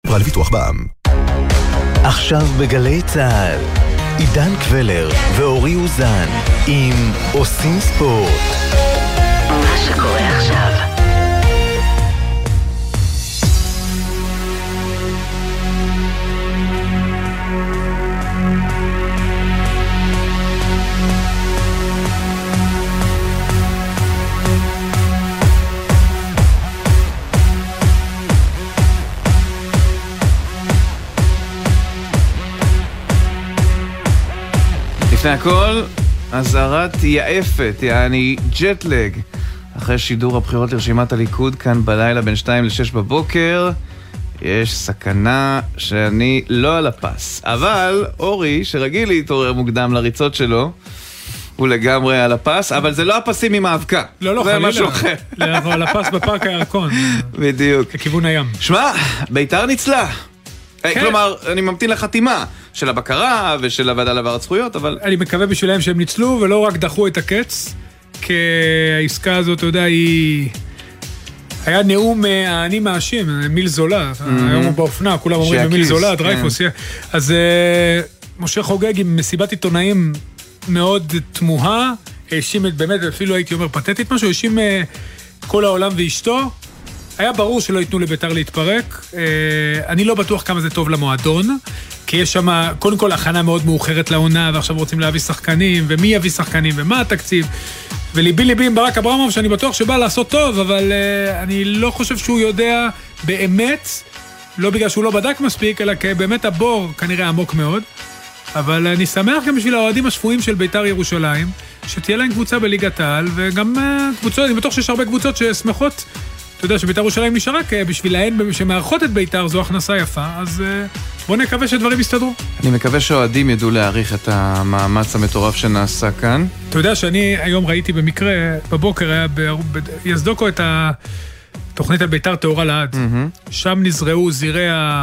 חברה לביטוח בע"מ. עכשיו בגלי צה"ל, עידן קבלר ואורי אוזן עם עושים ספורט. מה שקורה עכשיו. לפני הכל, הזהרת יעפת, יעני ג'טלג. אחרי שידור הבחירות לרשימת הליכוד כאן בלילה בין 2 ל-6 בבוקר, יש סכנה שאני לא על הפס. אבל אורי, שרגיל להתעורר מוקדם לריצות שלו, הוא לגמרי על הפס, אבל זה לא הפסים עם האבקה. לא, זה משהו אחר. אנחנו על הפס בפארק הירקון. בדיוק. לכיוון הים. שמע, ביתר ניצלה. כלומר, אני ממתין לחתימה של הבקרה ושל הוועדה לעברת זכויות, אבל... אני מקווה בשבילם שהם ניצלו ולא רק דחו את הקץ, כי העסקה הזאת, אתה יודע, היא... היה נאום אני מאשים, מיל זולה, היום הוא באופנה, כולם אומרים במיל זולה, דרייפוס, אז משה חוגג עם מסיבת עיתונאים מאוד תמוהה, האשים באמת, אפילו הייתי אומר פתטית משהו, האשים כל העולם ואשתו, היה ברור שלא ייתנו לביתר להתפרק, אני לא בטוח כמה זה טוב למועדון, כי יש שם, קודם כל, הכנה מאוד מאוחרת לעונה, ועכשיו רוצים להביא שחקנים, ומי יביא שחקנים, ומה התקציב, וליבי עם ברק אברמוב, שאני בטוח שבא לעשות טוב, אבל אני לא חושב שהוא יודע באמת, לא בגלל שהוא לא בדק מספיק, אלא כי באמת הבור כנראה עמוק מאוד, אבל אני שמח גם בשביל האוהדים השפויים של ביתר ירושלים, שתהיה להם קבוצה בליגת העל, וגם קבוצות, אני בטוח שיש הרבה קבוצות ששמחות, אתה יודע שביתר ירושלים נשארה, כי בשבילהן שמארחות את ביתר זו הכנסה יפה, אז בוא נקווה שדברים יסתדרו. אני מקווה שהאוהדים ידעו להעריך את המאמץ המטורף שנעשה כאן. אתה יודע שאני היום ראיתי במקרה, בבוקר היה יסדוקו את התוכנית על ביתר תאורה לעד. שם נזרעו זירי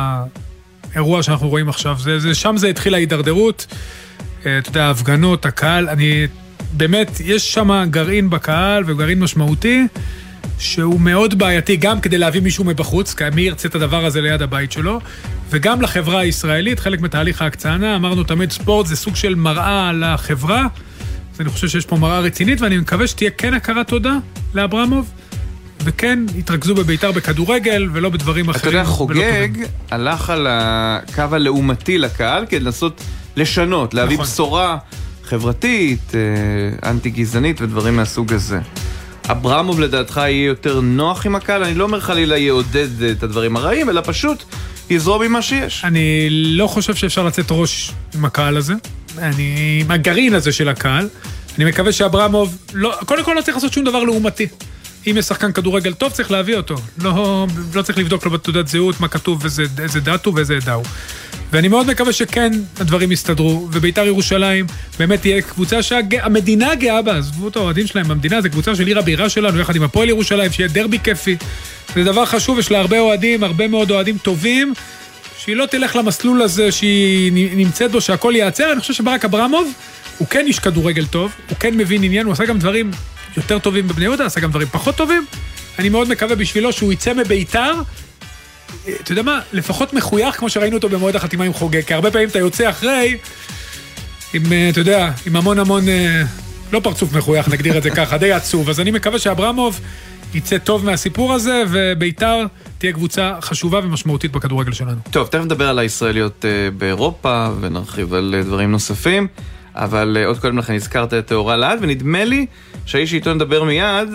האירוע שאנחנו רואים עכשיו. שם זה התחילה ההידרדרות, אתה יודע, ההפגנות, הקהל, באמת, יש שם גרעין בקהל וגרעין משמעותי, שהוא מאוד בעייתי גם כדי להביא מישהו מבחוץ, כי מי ירצה את הדבר הזה ליד הבית שלו, וגם לחברה הישראלית, חלק מתהליך ההקצנה, אמרנו תמיד ספורט זה סוג של מראה לחברה, אז אני חושב שיש פה מראה רצינית, ואני מקווה שתהיה כן הכרת תודה לאברמוב, וכן יתרכזו בביתר בכדורגל, ולא בדברים אחרים. אתה יודע, חוגג הלך על הקו הלאומתי לקהל, כדי לנסות לשנות, להביא בשורה חברתית, אנטי-גזענית ודברים מהסוג הזה. אברמוב לדעתך יהיה יותר נוח עם הקהל? אני לא אומר חלילה יעודד את הדברים הרעים, אלא פשוט יזרום עם מה שיש. אני לא חושב שאפשר לצאת ראש עם הקהל הזה, עם הגרעין הזה של הקהל. אני מקווה שאברמוב, קודם כל לא צריך לעשות שום דבר לעומתי. אם יש שחקן כדורגל טוב, צריך להביא אותו. לא צריך לבדוק לו בתעודת זהות מה כתוב ואיזה דת הוא ואיזה עדה הוא. ואני מאוד מקווה שכן הדברים יסתדרו, וביתר ירושלים באמת תהיה קבוצה שהמדינה גאה בה, עזבו את האוהדים שלהם במדינה, זו קבוצה של עיר הבירה שלנו, יחד עם הפועל ירושלים, שיהיה דרבי כיפי. זה דבר חשוב, יש לה הרבה אוהדים, הרבה מאוד אוהדים טובים, שהיא לא תלך למסלול הזה שהיא נמצאת בו, שהכל ייעצר. אני חושב שברק אברמוב, הוא כן איש כדורגל טוב, הוא כן מבין עניין, הוא עשה גם דברים יותר טובים בבני יהודה, עשה גם דברים פחות טובים. אני מאוד מקווה בשבילו שהוא יצא מביתר, אתה יודע מה, לפחות מחוייך כמו שראינו אותו במועד החתימה עם חוגג, כי הרבה פעמים אתה יוצא אחרי, עם, אתה יודע, עם המון לא פרצוף מחוייך, נגדיר את זה ככה, די עצוב. אז אני מקווה שאברמוב יצא טוב מהסיפור הזה, וביתר תהיה קבוצה חשובה ומשמעותית בכדורגל שלנו. טוב, תכף נדבר על הישראליות באירופה, ונרחיב על דברים נוספים, אבל עוד קודם לכן הזכרת את תאורה לעד, ונדמה לי שהאיש שאיתו נדבר מיד,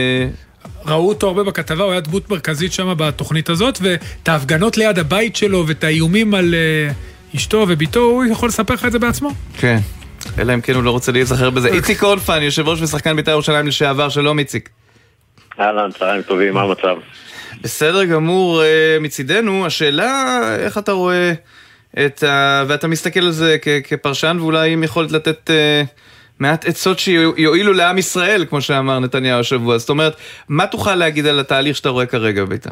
ראו אותו הרבה בכתבה, הוא היה דמות מרכזית שם בתוכנית הזאת, ואת ההפגנות ליד הבית שלו, ואת האיומים על אשתו וביתו, הוא יכול לספר לך את זה בעצמו. כן, אלא אם כן הוא לא רוצה להיזכר בזה. איציק אולפן, יושב ראש ושחקן בית"ר ירושלים לשעבר, שלום איציק. אהלן, צהריים טובים, מה המצב? בסדר גמור מצידנו, השאלה איך אתה רואה ואתה מסתכל על זה כפרשן, ואולי עם יכולת לתת מעט עצות שיועילו לעם ישראל, כמו שאמר נתניהו השבוע. זאת אומרת, מה תוכל להגיד על התהליך שאתה רואה כרגע בבית"ר?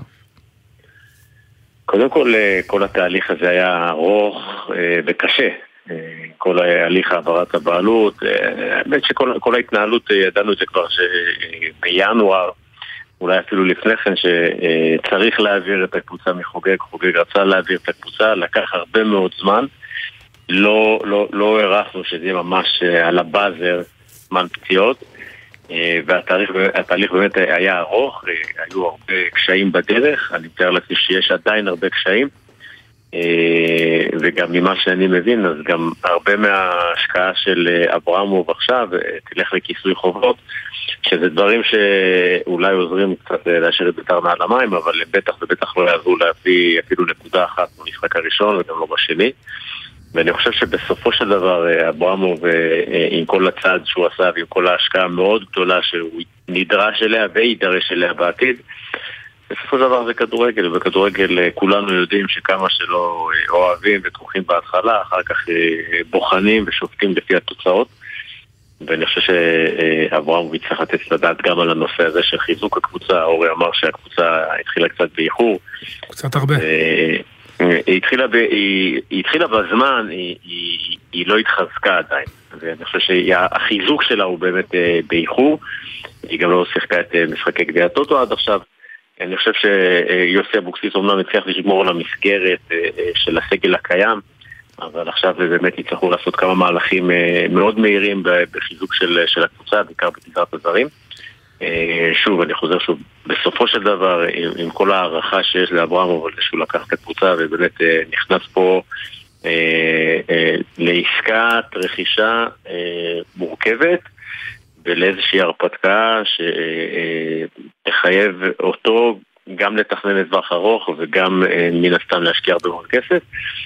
קודם כל, כל התהליך הזה היה ארוך וקשה. כל ההליך העברת הבעלות, האמת שכל ההתנהלות, ידענו את זה כבר שבינואר אולי אפילו לפני כן, שצריך להעביר את הקבוצה מחוגג, חוגג רצה להעביר את הקבוצה, לקח הרבה מאוד זמן, לא הרחנו שזה יהיה ממש על הבאזר זמן פציעות, והתהליך באמת היה ארוך, היו הרבה קשיים בדרך, אני מתאר לעצמי שיש עדיין הרבה קשיים, וגם ממה שאני מבין, אז גם הרבה מההשקעה של אברמוב עכשיו תלך לכיסוי חובות, שזה דברים שאולי עוזרים קצת להשאיר את בית"ר מעל המים, אבל בטח ובטח לא יעזרו להביא אפילו נקודה אחת במשחק הראשון וגם לא בשני. ואני חושב שבסופו של דבר אברמוב עם כל הצעד שהוא עשה ועם כל ההשקעה המאוד גדולה שהוא נדרש אליה וידרש אליה בעתיד, בסופו של דבר זה כדורגל, ובכדורגל כולנו יודעים שכמה שלא אוהבים ותומכים בהתחלה, אחר כך בוחנים ושופטים לפי התוצאות. ואני חושב שאברמוב צריך לתת את הדעת גם על הנושא הזה של חיזוק הקבוצה. אורי אמר שהקבוצה התחילה קצת באיחור. קצת הרבה. היא התחילה בזמן, היא לא התחזקה עדיין. ואני חושב שהחיזוק שלה הוא באמת באיחור. היא גם לא שיחקה את משחקי גביע הטוטו עד עכשיו. אני חושב שיוסי אבוקסיס אומנם הצליח לשמור על המסגרת של הסגל הקיים, אבל עכשיו באמת יצטרכו לעשות כמה מהלכים מאוד מהירים בחיזוק של הקבוצה, בעיקר בגזרת הזרים. שוב, אני חוזר שוב, בסופו של דבר, עם כל הערכה שיש לאברמוב, שהוא לקח את הקבוצה ובאמת נכנס פה לעסקת רכישה מורכבת, ולאיזושהי הרפתקה שתחייב אותו גם לתכנן את טווח ארוך וגם מן הסתם להשקיע הרבה מאוד כסף.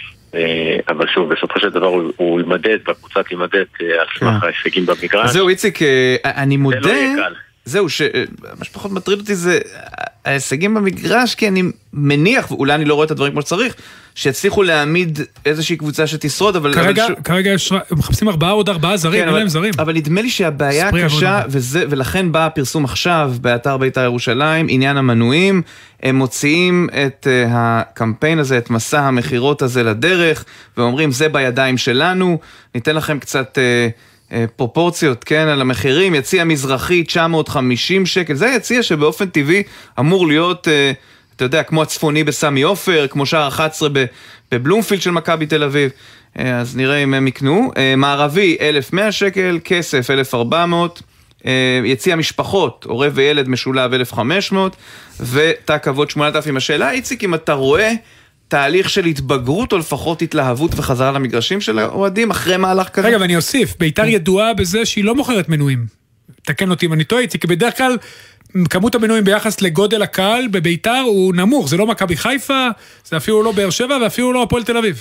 אבל שוב, בסופו של דבר הוא יימדד, והקבוצה תימדד על סמך ההישגים במגרש. זהו, איציק, אני מודה, זהו, מה שפחות מטריד אותי זה ההישגים במגרש, כי אני מניח, ואולי אני לא רואה את הדברים כמו שצריך, שיצליחו להעמיד איזושהי קבוצה שתשרוד, אבל... כרגע מחפשים 4 עוד 4 זרים, אין להם זרים. אבל נדמה לי שהבעיה קשה, ולכן בא הפרסום עכשיו, באתר בית"ר ירושלים, עניין המנויים, הם מוציאים את הקמפיין הזה, את מסע המחירות הזה לדרך, ואומרים, זה בידיים שלנו, ניתן לכם קצת... פרופורציות, כן, על המחירים, יציע מזרחי 950 שקל, זה יציע שבאופן טבעי אמור להיות, אתה יודע, כמו הצפוני בסמי עופר, כמו שער 11 בבלומפילד של מכבי תל אביב, אז נראה אם הם יקנו. מערבי 1,100 שקל, כסף 1,400, יציע משפחות, הורה וילד משולב 1,500, ותא כבוד 8,000. השאלה, איציק, אם אתה רואה תהליך של התבגרות או לפחות התלהבות וחזרה למגרשים של האוהדים אחרי מהלך כזה? רגע, ואני אוסיף, בית"ר ידועה בזה שהיא לא מוכרת מנויים. תקן אותי אם אני טועה, כי בדרך כלל כמות המנויים ביחס לגודל הקהל בבית"ר הוא נמוך, זה לא מכבי חיפה, זה אפילו לא באר שבע ואפילו לא הפועל תל אביב.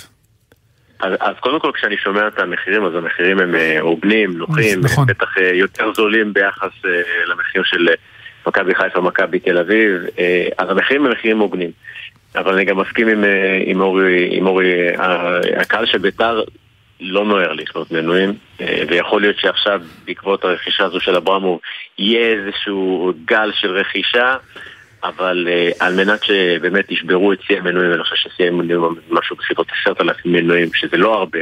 אז קודם כל כשאני שומע את המחירים, אז המחירים הם הוגנים, נוחים, נכון. בטח יותר זולים ביחס למחיר של מכבי חיפה, מכבי תל אביב, אז המחירים הם מחירים הוגנים. אבל אני גם מסכים עם אורי, הקהל של בית"ר לא נוער לקנות מנויים, ויכול להיות שעכשיו בעקבות הרכישה הזו של אברמוב יהיה איזשהו גל של רכישה, אבל על מנת שבאמת ישברו את שיא המנויים, אני חושב ששיא המנויים משהו בסביבות 10,000 מנויים, שזה לא הרבה,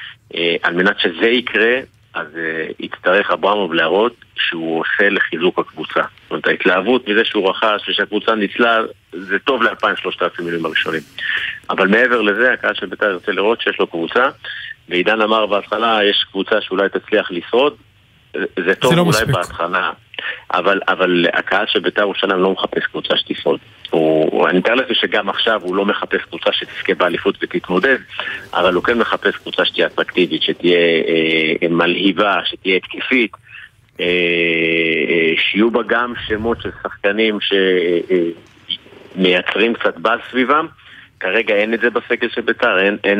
על מנת שזה יקרה, אז יצטרך אברמוב להראות שהוא עושה לחיזוק הקבוצה. זאת אומרת, ההתלהבות מזה שהוא רכש ושהקבוצה ניצלה, זה טוב ל2,000-3,000 מיליון הראשונים. אבל מעבר לזה, הקהל של בית"ר ירצה לראות שיש לו קבוצה, ועידן אמר בהתחלה, יש קבוצה שאולי תצליח לשרוד, זה טוב לא אולי מספיק. בהתחלה, אבל הקהל של בית"ר ירושלים לא מחפש קבוצה שתשרוד. אני מתאר לעצמי שגם עכשיו הוא לא מחפש קבוצה שתזכה באליפות ותתמודד, אבל הוא כן מחפש קבוצה שתהיה אטרקטיבית, שתהיה מלהיבה, שתהיה התקפית, שיהיו בה גם שמות של שחקנים שמייצרים קצת באז סביבם. כרגע אין את זה בסגל של בית"ר,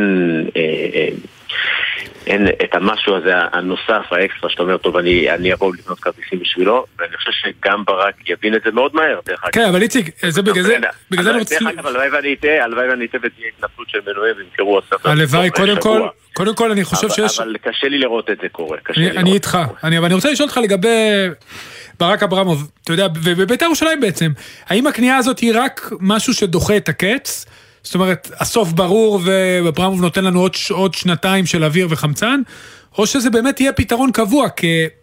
אין את המשהו הזה הנוסף, האקסטרה, שאתה אומר, טוב, אני אבוא לבנות כרטיסים בשבילו, ואני חושב שגם ברק יבין את זה מאוד מהר. כן, אבל איציק, זה בגלל זה אני רוצה... אבל הלוואי ואני אטעה ותהיה התנפלות של מנויים וימכרו עשרת. הלוואי, קודם כל אני חושב שיש... אבל קשה לי לראות את זה קורה. אני איתך, אבל אני רוצה לשאול אותך לגבי ברק אברמוב, אתה יודע, ובבית"ר ירושלים בעצם, האם הקנייה הזאת היא רק משהו שדוחה את הקץ? זאת אומרת, הסוף ברור ואברמוב נותן לנו עוד שנתיים של אוויר וחמצן, או שזה באמת יהיה פתרון קבוע, כי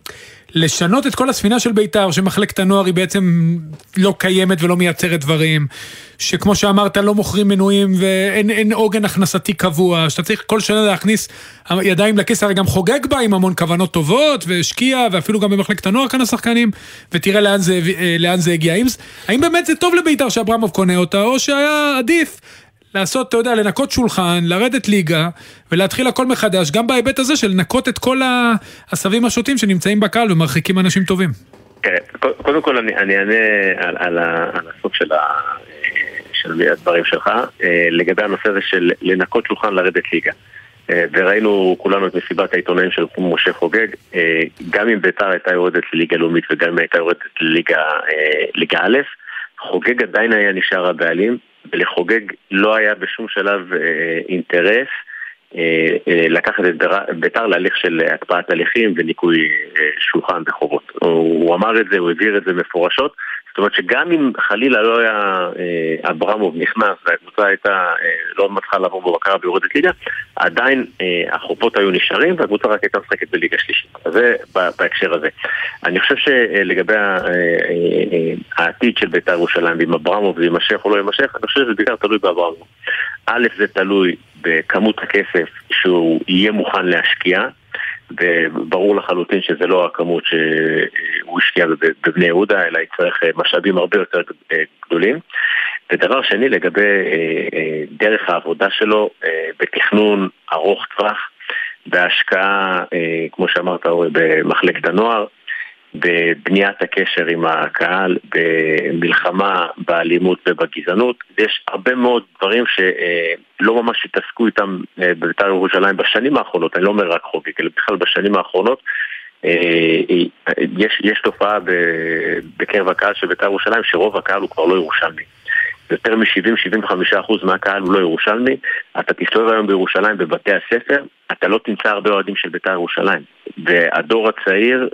לשנות את כל הספינה של בית"ר, שמחלקת הנוער היא בעצם לא קיימת ולא מייצרת דברים, שכמו שאמרת לא מוכרים מנויים ואין עוגן הכנסתי קבוע, שאתה צריך כל שנה להכניס ידיים לכיס, הרי גם חוגג בה עם המון כוונות טובות והשקיע, ואפילו גם במחלקת הנוער כאן השחקנים, ותראה לאן זה הגיע. האם באמת זה טוב לבית"ר שאברמוב קונה אותה, או שהיה עדיף לעשות, אתה יודע, לנקות שולחן, לרדת ליגה, ולהתחיל הכל מחדש, גם בהיבט הזה של לנקות את כל הסבים השוטים שנמצאים בקהל ומרחיקים אנשים טובים. קודם כל אני אענה על הסוף של הדברים שלך, לגבי הנושא הזה של לנקות שולחן, לרדת ליגה. וראינו כולנו את מסיבת העיתונאים של משה חוגג, גם אם בית"ר הייתה יורדת לליגה לאומית וגם אם הייתה יורדת לליגה א', חוגג עדיין היה נשאר הבעלים, ולחוגג לא היה בשום שלב אינטרס לקחת את בית"ר להליך של הקפאת הליכים וניקוי שולחן בחובות. הוא אמר את זה, הוא הבהיר את זה מפורשות, זאת אומרת שגם אם חלילה לא היה אברמוב נכנס והקבוצה הייתה לא מצליחה לעבור בבקרה ביורדת ליגה, עדיין החובות היו נשארים והקבוצה רק הייתה משחקת בליגה שלישית. אז זה בהקשר הזה. אני חושב שלגבי העתיד של בית"ר ירושלים, ואם אברמוב זה יימשך או לא יימשך, אני חושב שזה בעיקר תלוי באברמוב. א', זה תלוי בכמות הכסף שהוא יהיה מוכן להשקיע, וברור לחלוטין שזה לא הכמות שהוא השקיע בבני יהודה, אלא יצטרך משאבים הרבה יותר גדולים. ודבר שני, לגבי דרך העבודה שלו בתכנון ארוך טווח, בהשקעה, כמו שאמרת, במחלקת הנוער, בבניית הקשר עם הקהל, במלחמה באלימות ובגזענות. יש הרבה מאוד דברים שלא ממש התעסקו איתם בבית"ר ירושלים בשנים האחרונות, אני לא אומר רק חוגג, אלא בכלל בשנים האחרונות. יש תופעה בקרב הקהל של בית"ר ירושלים שרוב הקהל הוא כבר לא ירושלמי. יותר מ-70-75% מהקהל הוא לא ירושלמי. אתה תסתובב היום בירושלים בבתי הספר, אתה לא תמצא הרבה אוהדים של בית"ר ירושלים. והדור הצעיר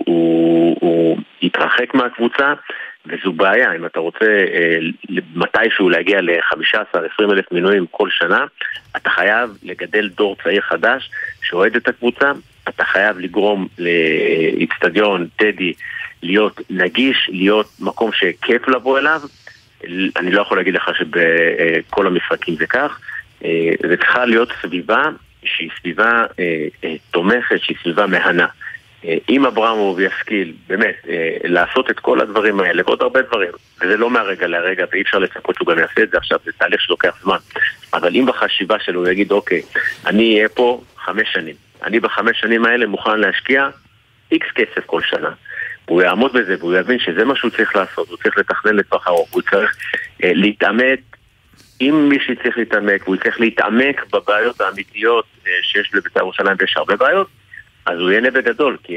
הוא יתרחק מהקבוצה, וזו בעיה. אם אתה רוצה מתישהו להגיע ל-15-20 אלף מנויים כל שנה, אתה חייב לגדל דור צעיר חדש שאוהד את הקבוצה, אתה חייב לגרום לאצטדיון טדי להיות נגיש, להיות מקום שכיף לבוא אליו. אני לא יכול להגיד לך שבכל המשחקים זה כך. זה צריכה להיות סביבה שהיא סביבה תומכת, שהיא סביבה מהנה. אם אברמוב ישכיל באמת לעשות את כל הדברים האלה ועוד הרבה דברים, וזה לא מהרגע להרגע ואי אפשר לצפות שהוא גם יעשה את זה עכשיו, זה תהליך שלוקח זמן, אבל אם בחשיבה שלו הוא יגיד אוקיי, אני אהיה פה 5 שנים, אני ב5 שנים האלה מוכן להשקיע X כסף כל שנה, הוא יעמוד בזה והוא יבין שזה מה שהוא צריך לעשות, הוא צריך לתכנן לטווח ארוך, הוא צריך להתעמת אם מישהו צריך להתעמק, והוא צריך להתעמק בבעיות האמיתיות שיש לבית"ר ירושלים, ויש הרבה בעיות, אז הוא ייהנה בגדול, כי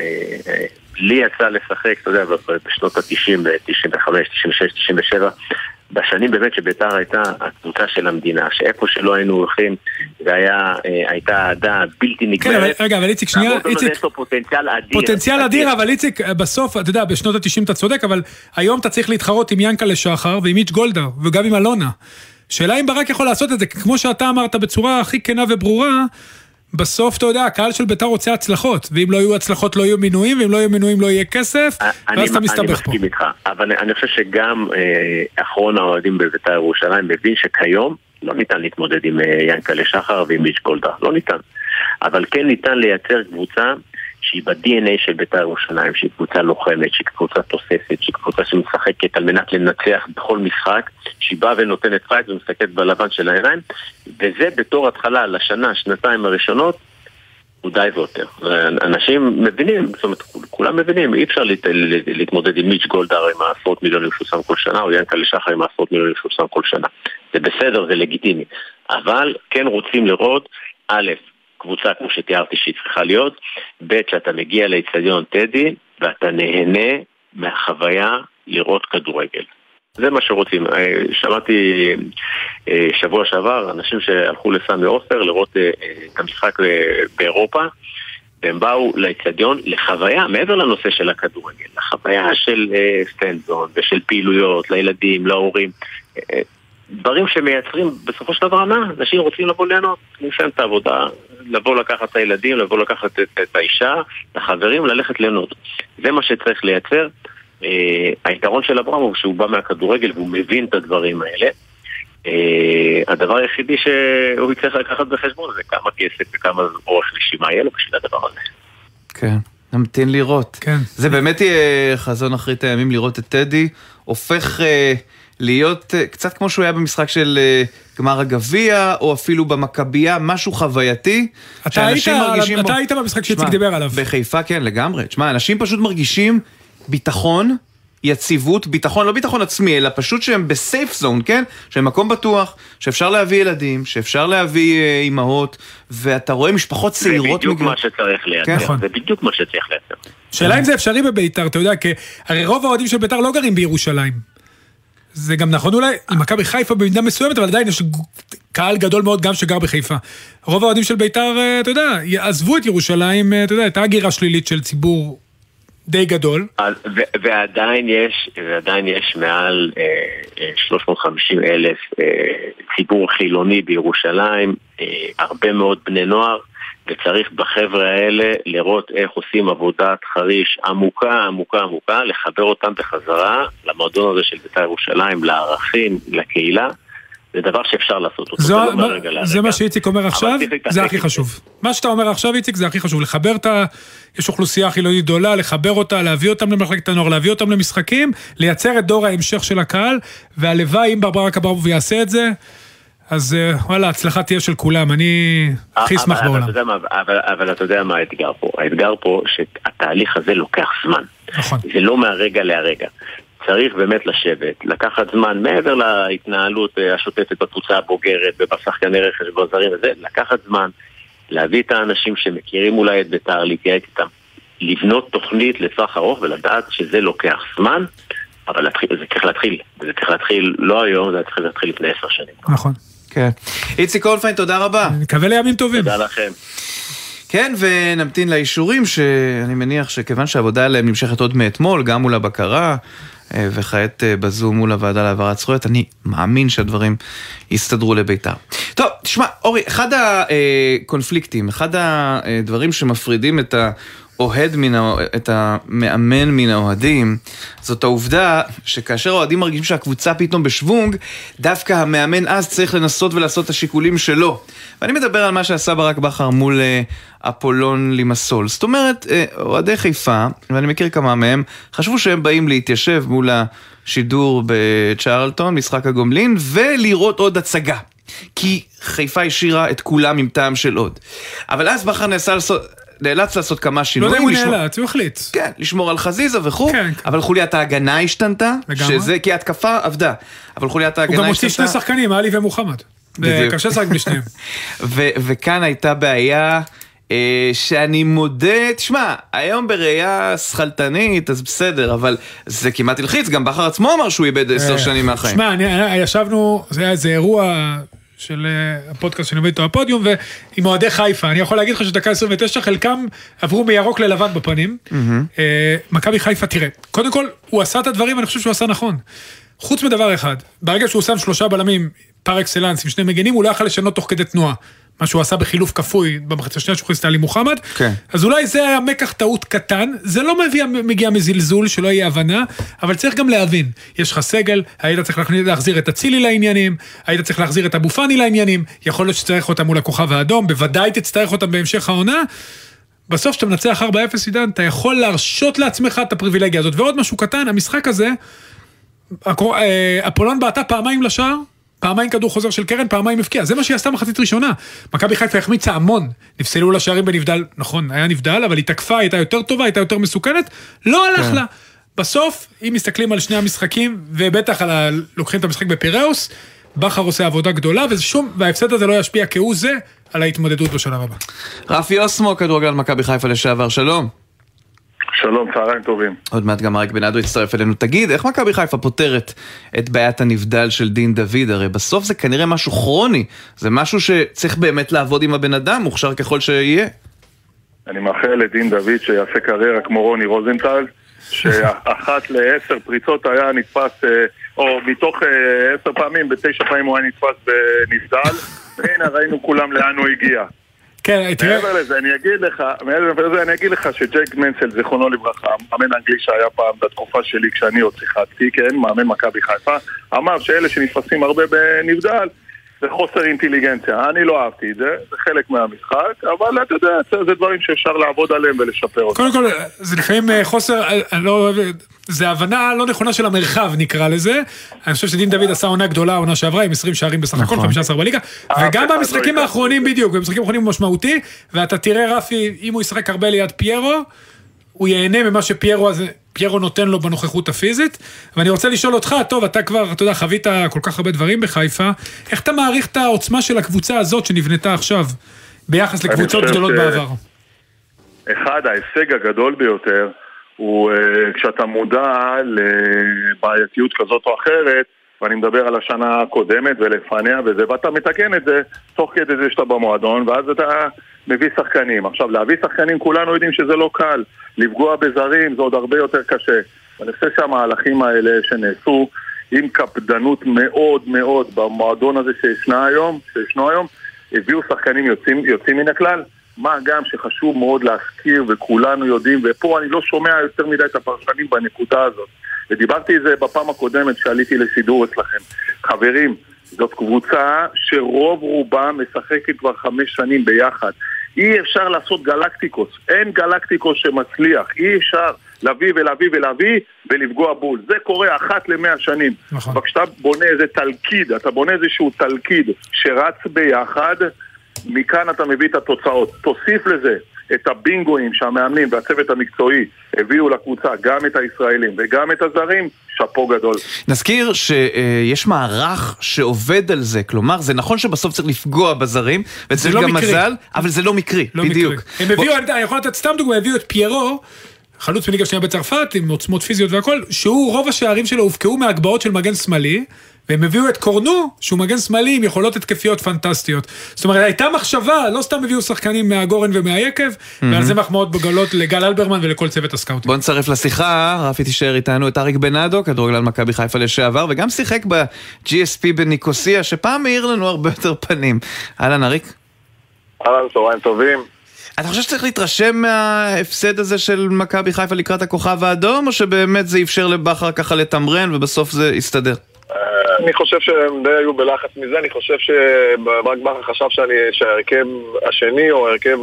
לי יצא לשחק, אתה יודע, בשנות ה-90, 95, 96, 97, בשנים באמת שבית"ר הייתה הקבוצה של המדינה, שאיפה שלא היינו הולכים, והייתה אהדה בלתי נגמרת. כן, רגע, אבל איציק, שנייה, איציק, פוטנציאל אדיר, אבל איציק, בסוף, אתה יודע, בשנות ה-90 אתה צודק, אבל היום אתה צריך להתחרות עם ינקלה שחר, ועם מיץ' גולדהר, וגם עם אלונה. שאלה אם ברק יכול לעשות את זה, כמו שאתה אמרת בצורה הכי כנה וברורה, בסוף, אתה יודע, הקהל של בית"ר רוצה הצלחות, ואם לא יהיו הצלחות לא יהיו מינויים, ואם לא יהיו מינויים לא יהיה כסף, ואז אתה מסתבך פה. אני מסכים איתך, אבל אני חושב שגם אחרון האוהדים בבית"ר ירושלים מבין שכיום לא ניתן להתמודד עם ינקלה שחר ועם מיץ' גולדהר, לא ניתן. אבל כן ניתן לייצר קבוצה שהיא ב-DNA של בית"ר ירושלים, שהיא קבוצה לוחמת, שהיא קבוצה תוססת, שהיא קבוצה שמשחקת על מנת לנצח בכל משחק, שהיא באה ונותנת פייט ומשחקת בלבן של העיניים, וזה בתור התחלה לשנה, שנתיים הראשונות, הוא די ויותר. אנשים מבינים, זאת אומרת, כולם מבינים, אי אפשר להתמודד עם מיץ' גולדהר עם עשרות מיליונים שהוא שם כל שנה, או ינקלה שחר עם עשרות מיליונים שהוא שם כל שנה. זה בסדר, זה לגיטימי. אבל כן רוצים לראות, א', קבוצה כמו שתיארתי שהיא צריכה להיות, ב' שאתה מגיע לאצטדיון טדי ואתה נהנה מהחוויה לראות כדורגל. זה מה שרוצים. שמעתי שבוע שעבר אנשים שהלכו לסמי עופר לראות את המשחק באירופה, והם באו לאצטדיון לחוויה מעבר לנושא של הכדורגל, לחוויה של סטנדזון ושל פעילויות לילדים, להורים, דברים שמייצרים בסופו של דבר אנשים רוצים לבוא ליהנות, לסיים את העבודה, לבוא לקחת את הילדים, לבוא לקחת את האישה, את החברים, ללכת ליהנות. זה מה שצריך לייצר. היתרון של אברמוב שהוא בא מהכדורגל והוא מבין את הדברים האלה. הדבר היחידי שהוא יצטרך לקחת בחשבון זה כמה כסף וכמה אורך נשימה יהיה לו בשביל הדבר הזה. כן, נמתין לראות. כן. זה באמת יהיה חזון אחרית הימים לראות את טדי, הופך להיות קצת כמו שהוא היה במשחק של גמר הגביע, או אפילו במכבייה, משהו חווייתי. אתה היית במשחק שאיציק דיבר עליו. בחיפה, כן, לגמרי. תשמע, אנשים פשוט מרגישים ביטחון, יציבות, ביטחון, לא ביטחון עצמי, אלא פשוט שהם בסייף זון, כן? שהם מקום בטוח, שאפשר להביא ילדים, שאפשר להביא אימהות, ואתה רואה משפחות צעירות. זה בדיוק מה שצריך לייצר. זה בדיוק מה שצריך לייצר. שאלה אם זה אפשרי בביתר, אתה יודע, כי הרי רוב האוהדים של ביתר לא גרים בירושלים. זה גם נכון אולי, מכבי חיפה במידה מסוימת, אבל עדיין יש קהל גדול מאוד גם שגר בחיפה. רוב האוהדים של ביתר, אתה יודע, עזבו את ירושלים, אתה יודע, את ההגירה שלילית של ציבור די גדול. ועדיין יש מעל 350,000 ציבור חילוני בירושלים, הרבה מאוד בני נוער, וצריך בחבר'ה האלה לראות איך עושים עבודת חריש עמוקה, לחבר אותם בחזרה למועדון הזה של בית"ר ירושלים, לערכים, לקהילה. זה דבר שאפשר לעשות אותו. זה מה שאיציק אומר עכשיו, זה הכי חשוב. מה שאתה אומר עכשיו, איציק, זה הכי חשוב. לחבר יש אוכלוסייה חילונית גדולה, לחבר אותה, להביא אותם למחלקת הנוער, להביא אותם למשחקים, לייצר את דור ההמשך של הקהל, והלוואי אם ברק אברמוב יעשה את זה, אז וואלה, הצלחה תהיה של כולם, אני הכי אשמח בעולם. אבל אתה יודע מה האתגר פה? האתגר פה שהתהליך הזה לוקח זמן. נכון. זה לא מהרגע להרגע. צריך באמת לשבת, לקחת זמן מעבר להתנהלות השוטפת בקבוצה הבוגרת, ובשחקני רכש ובזרים וזה, לקחת זמן, להביא את האנשים שמכירים אולי את בית"ר, להתייעץ איתם, לבנות תוכנית לטווח ארוך ולדעת שזה לוקח זמן, אבל זה צריך להתחיל לא היום, זה צריך להתחיל לפני 10 שנים. נכון. כן. איציק קולפיין, תודה רבה. אני מקווה לימים טובים. תודה לכם. כן, ונמתין לאישורים שאני מניח שכיוון שהעבודה עליהם נמשכת עוד מאתמול, גם מול הבקרה, וכעת בזום מול הוועדה להעברת זכויות, אני מאמין שהדברים יסתדרו לביתר. טוב, תשמע, אורי, אחד הקונפליקטים, אחד הדברים שמפרידים את את המאמן מן האוהדים, זאת העובדה שכאשר האוהדים מרגישים שהקבוצה פתאום בשוונג, דווקא המאמן אז צריך לנסות ולעשות את השיקולים שלו. ואני מדבר על מה שעשה ברק בכר מול אפולון לימסול. זאת אומרת, אוהדי חיפה, ואני מכיר כמה מהם, חשבו שהם באים להתיישב מול השידור בצ'רלטון, משחק הגומלין, ולראות עוד הצגה. כי חיפה השאירה את כולם עם טעם של עוד. אבל אז בכר נאלץ לעשות כמה שינויים. לא יודע אם הוא נאלץ, הוא החליט. כן, לשמור על חזיזה וכו', כן. אבל חוליית ההגנה השתנתה, שזה, כי ההתקפה עבדה, אבל חוליית ההגנה הוא גם השתנתה. הוציא 2 שחקנים, עלי ומוחמד. קשה לשחק בשניהם. וכאן הייתה בעיה שאני מודה, תשמע, היום בראייה שכלתנית, אז בסדר, אבל זה כמעט הלחיץ, גם בכר עצמו אמר שהוא איבד 10 שנים מהחיים. תשמע, ישבנו, זה היה איזה אירוע של הפודקאסט שאני מביא איתו הפודיום, ועם אוהדי חיפה, אני יכול להגיד לך שדקה 29, חלקם עברו מירוק ללבן בפנים. מכבי חיפה, תראה, קודם כל, הוא עשה את הדברים, אני חושב שהוא עשה נכון. חוץ מדבר אחד, ברגע שהוא שם 3 בלמים, פר אקסלנס, עם 2 מגנים, הוא לא יכול לשנות תוך כדי תנועה. מה שהוא עשה בחילוף כפוי, במחצית השנייה שהוא הכניס את עלי מוחמד. כן. אז אולי זה היה מקח טעות קטן, זה לא מגיע מזלזול, שלא יהיה הבנה, אבל צריך גם להבין, יש לך סגל, היית צריך להחזיר את הצילי לעניינים, היית צריך להחזיר את אבו פאני לעניינים, יכול להיות שצריך אותם מול הכוכב האדום, בוודאי תצטרך אותם בהמשך העונה, בסוף שאתה מנצח 4-0 עידן, אתה יכול להרשות לעצמך את הפריבילגיה הזאת. ועוד משהו קטן, המשחק הזה, אפולון בעטה פעמיים לשער, פעמיים כדור חוזר של קרן, פעמיים הפקיע. זה מה שהיא עשתה מחצית ראשונה. מכבי חיפה החמיצה המון. נפסלו לה שערים בנבדל, נכון, היה נבדל, אבל היא תקפה, הייתה יותר טובה, הייתה יותר מסוכנת, לא הלך לה. בסוף, אם מסתכלים על שני המשחקים, ובטח לוקחים את המשחק בפיראוס, בכר עושה עבודה גדולה, וההפסד הזה לא ישפיע כהוא זה על ההתמודדות בשלב הבא. רפי אוסמו, כדורגל מכבי חיפה לשעבר, שלום. שלום, צהריים טובים. עוד מעט גם אריק בנאדו יצטרף אלינו. תגיד, איך מכבי חיפה פותרת את בעיית הנבדל של דין דוד? הרי בסוף זה כנראה משהו כרוני, זה משהו שצריך באמת לעבוד עם הבן אדם, מוכשר ככל שיהיה. אני מאחל לדין דוד שיעשה קריירה כמו רוני רוזנטל, שאחת ל10 פריצות היה נתפס, או מתוך 10 פעמים, ב9 פעמים הוא היה נתפס בנבדל, והנה ראינו כולם לאן הוא הגיע. כן, מעבר לזה, אני אגיד לך שג'ק מנסל, זיכרונו לברכה, מאמן אנגלי שהיה פעם בתקופה שלי כשאני עוד שיחקתי, כן, מאמן מכבי חיפה, אמר שאלה שנתפסים הרבה בנבדל, זה חוסר אינטליגנציה. אני לא אהבתי את זה, זה חלק מהמשחק, אבל אתה יודע, זה דברים שאפשר לעבוד עליהם ולשפר אותם. קודם כל, זה לפעמים חוסר, זה הבנה לא נכונה של המרחב, נקרא לזה. אני חושב שדין דוד עשה עונה גדולה, עונה שעברה, עם 20 שערים בסך הכל, 15 בליגה, וגם במשחקים האחרונים בדיוק, במשחקים האחרונים הוא משמעותי, ואתה תראה רפי, אם הוא ישחק הרבה ליד פיירו, הוא ייהנה ממה שפיירו נותן לו בנוכחות הפיזית, ואני רוצה לשאול אותך, טוב, אתה כבר, אתה יודע, חווית כל כך הרבה דברים בחיפה, איך אתה מעריך את העוצמה של הקבוצה הזאת שנבנתה עכשיו, ביחס לקבוצות גדולות בעבר? אחד, ההישג הגדול ביותר, הוא כשאתה מודע לבעייתיות כזאת או אחרת, ואני מדבר על השנה הקודמת ולפניה וזה, ואתה מתקן את זה תוך כדי זה שאתה במועדון, ואז אתה מביא שחקנים. עכשיו, להביא שחקנים, כולנו יודעים שזה לא קל. לפגוע בזרים זה עוד הרבה יותר קשה. ואני חושב שהמהלכים האלה שנעשו עם קפדנות מאוד מאוד במועדון הזה שישנו היום, הביאו שחקנים יוצאים מן הכלל. מה גם שחשוב מאוד להזכיר, וכולנו יודעים, ופה אני לא שומע יותר מדי את הפרשנים בנקודה הזאת. ודיברתי את זה בפעם הקודמת שעליתי לשידור אצלכם. חברים, זאת קבוצה שרוב רובה משחקת כבר 5 שנים ביחד. אי אפשר לעשות גלקטיקוס. אין גלקטיקוס שמצליח. אי אפשר להביא ולפגוע בול. זה קורה 1 ל-100 שנים. נכון. וכשאתה בונה איזה תלכיד, אתה בונה איזשהו תלכיד שרץ ביחד, מכאן אתה מביא את התוצאות. תוסיף לזה את הבינגואים שהמאמנים והצוות המקצועי הביאו לקבוצה, גם את הישראלים וגם את הזרים, שפו גדול. נזכיר שיש מערך שעובד על זה, כלומר, זה נכון שבסוף צריך לפגוע בזרים, וצריך גם מזל, אבל זה לא מקרי, בדיוק. הם הביאו, אני יכול לתת סתם דוגמה, הביאו את פיירו, חלוץ בליגה שנייה בצרפת, עם עוצמות פיזיות והכל, שהוא רוב השערים שלו הופקעו מהגבהות של מגן שמאלי, והם הביאו את קורנו, שהוא מגן שמאלי עם יכולות התקפיות פנטסטיות. זאת אומרת, הייתה מחשבה, לא סתם הביאו שחקנים מהגורן ומהיקב, ועל זה מחמאות בגלות לגל אלברמן ולכל צוות הסקאוטים. בוא נצרף לשיחה, רפי תישאר איתנו את אריק בנאדו, כדורגלן מכבי חיפה לשעבר, וגם שיחק ב-GSP בניקוסיה, שפעם מאיר לנו הרבה יותר פנים. אהלן אריק. אהלן, צהריים טובים. אתה חושב שצריך להתרשם מההפסד הזה של מכבי חיפה לקראת הכוכב האדום, או שבאמת זה אפשר לבחר ככה לתמרן ובסוף זה יסתדר? אני חושב שהם די היו בלחץ מזה. אני חושב שברק בכר חשב שההרכב השני או ההרכב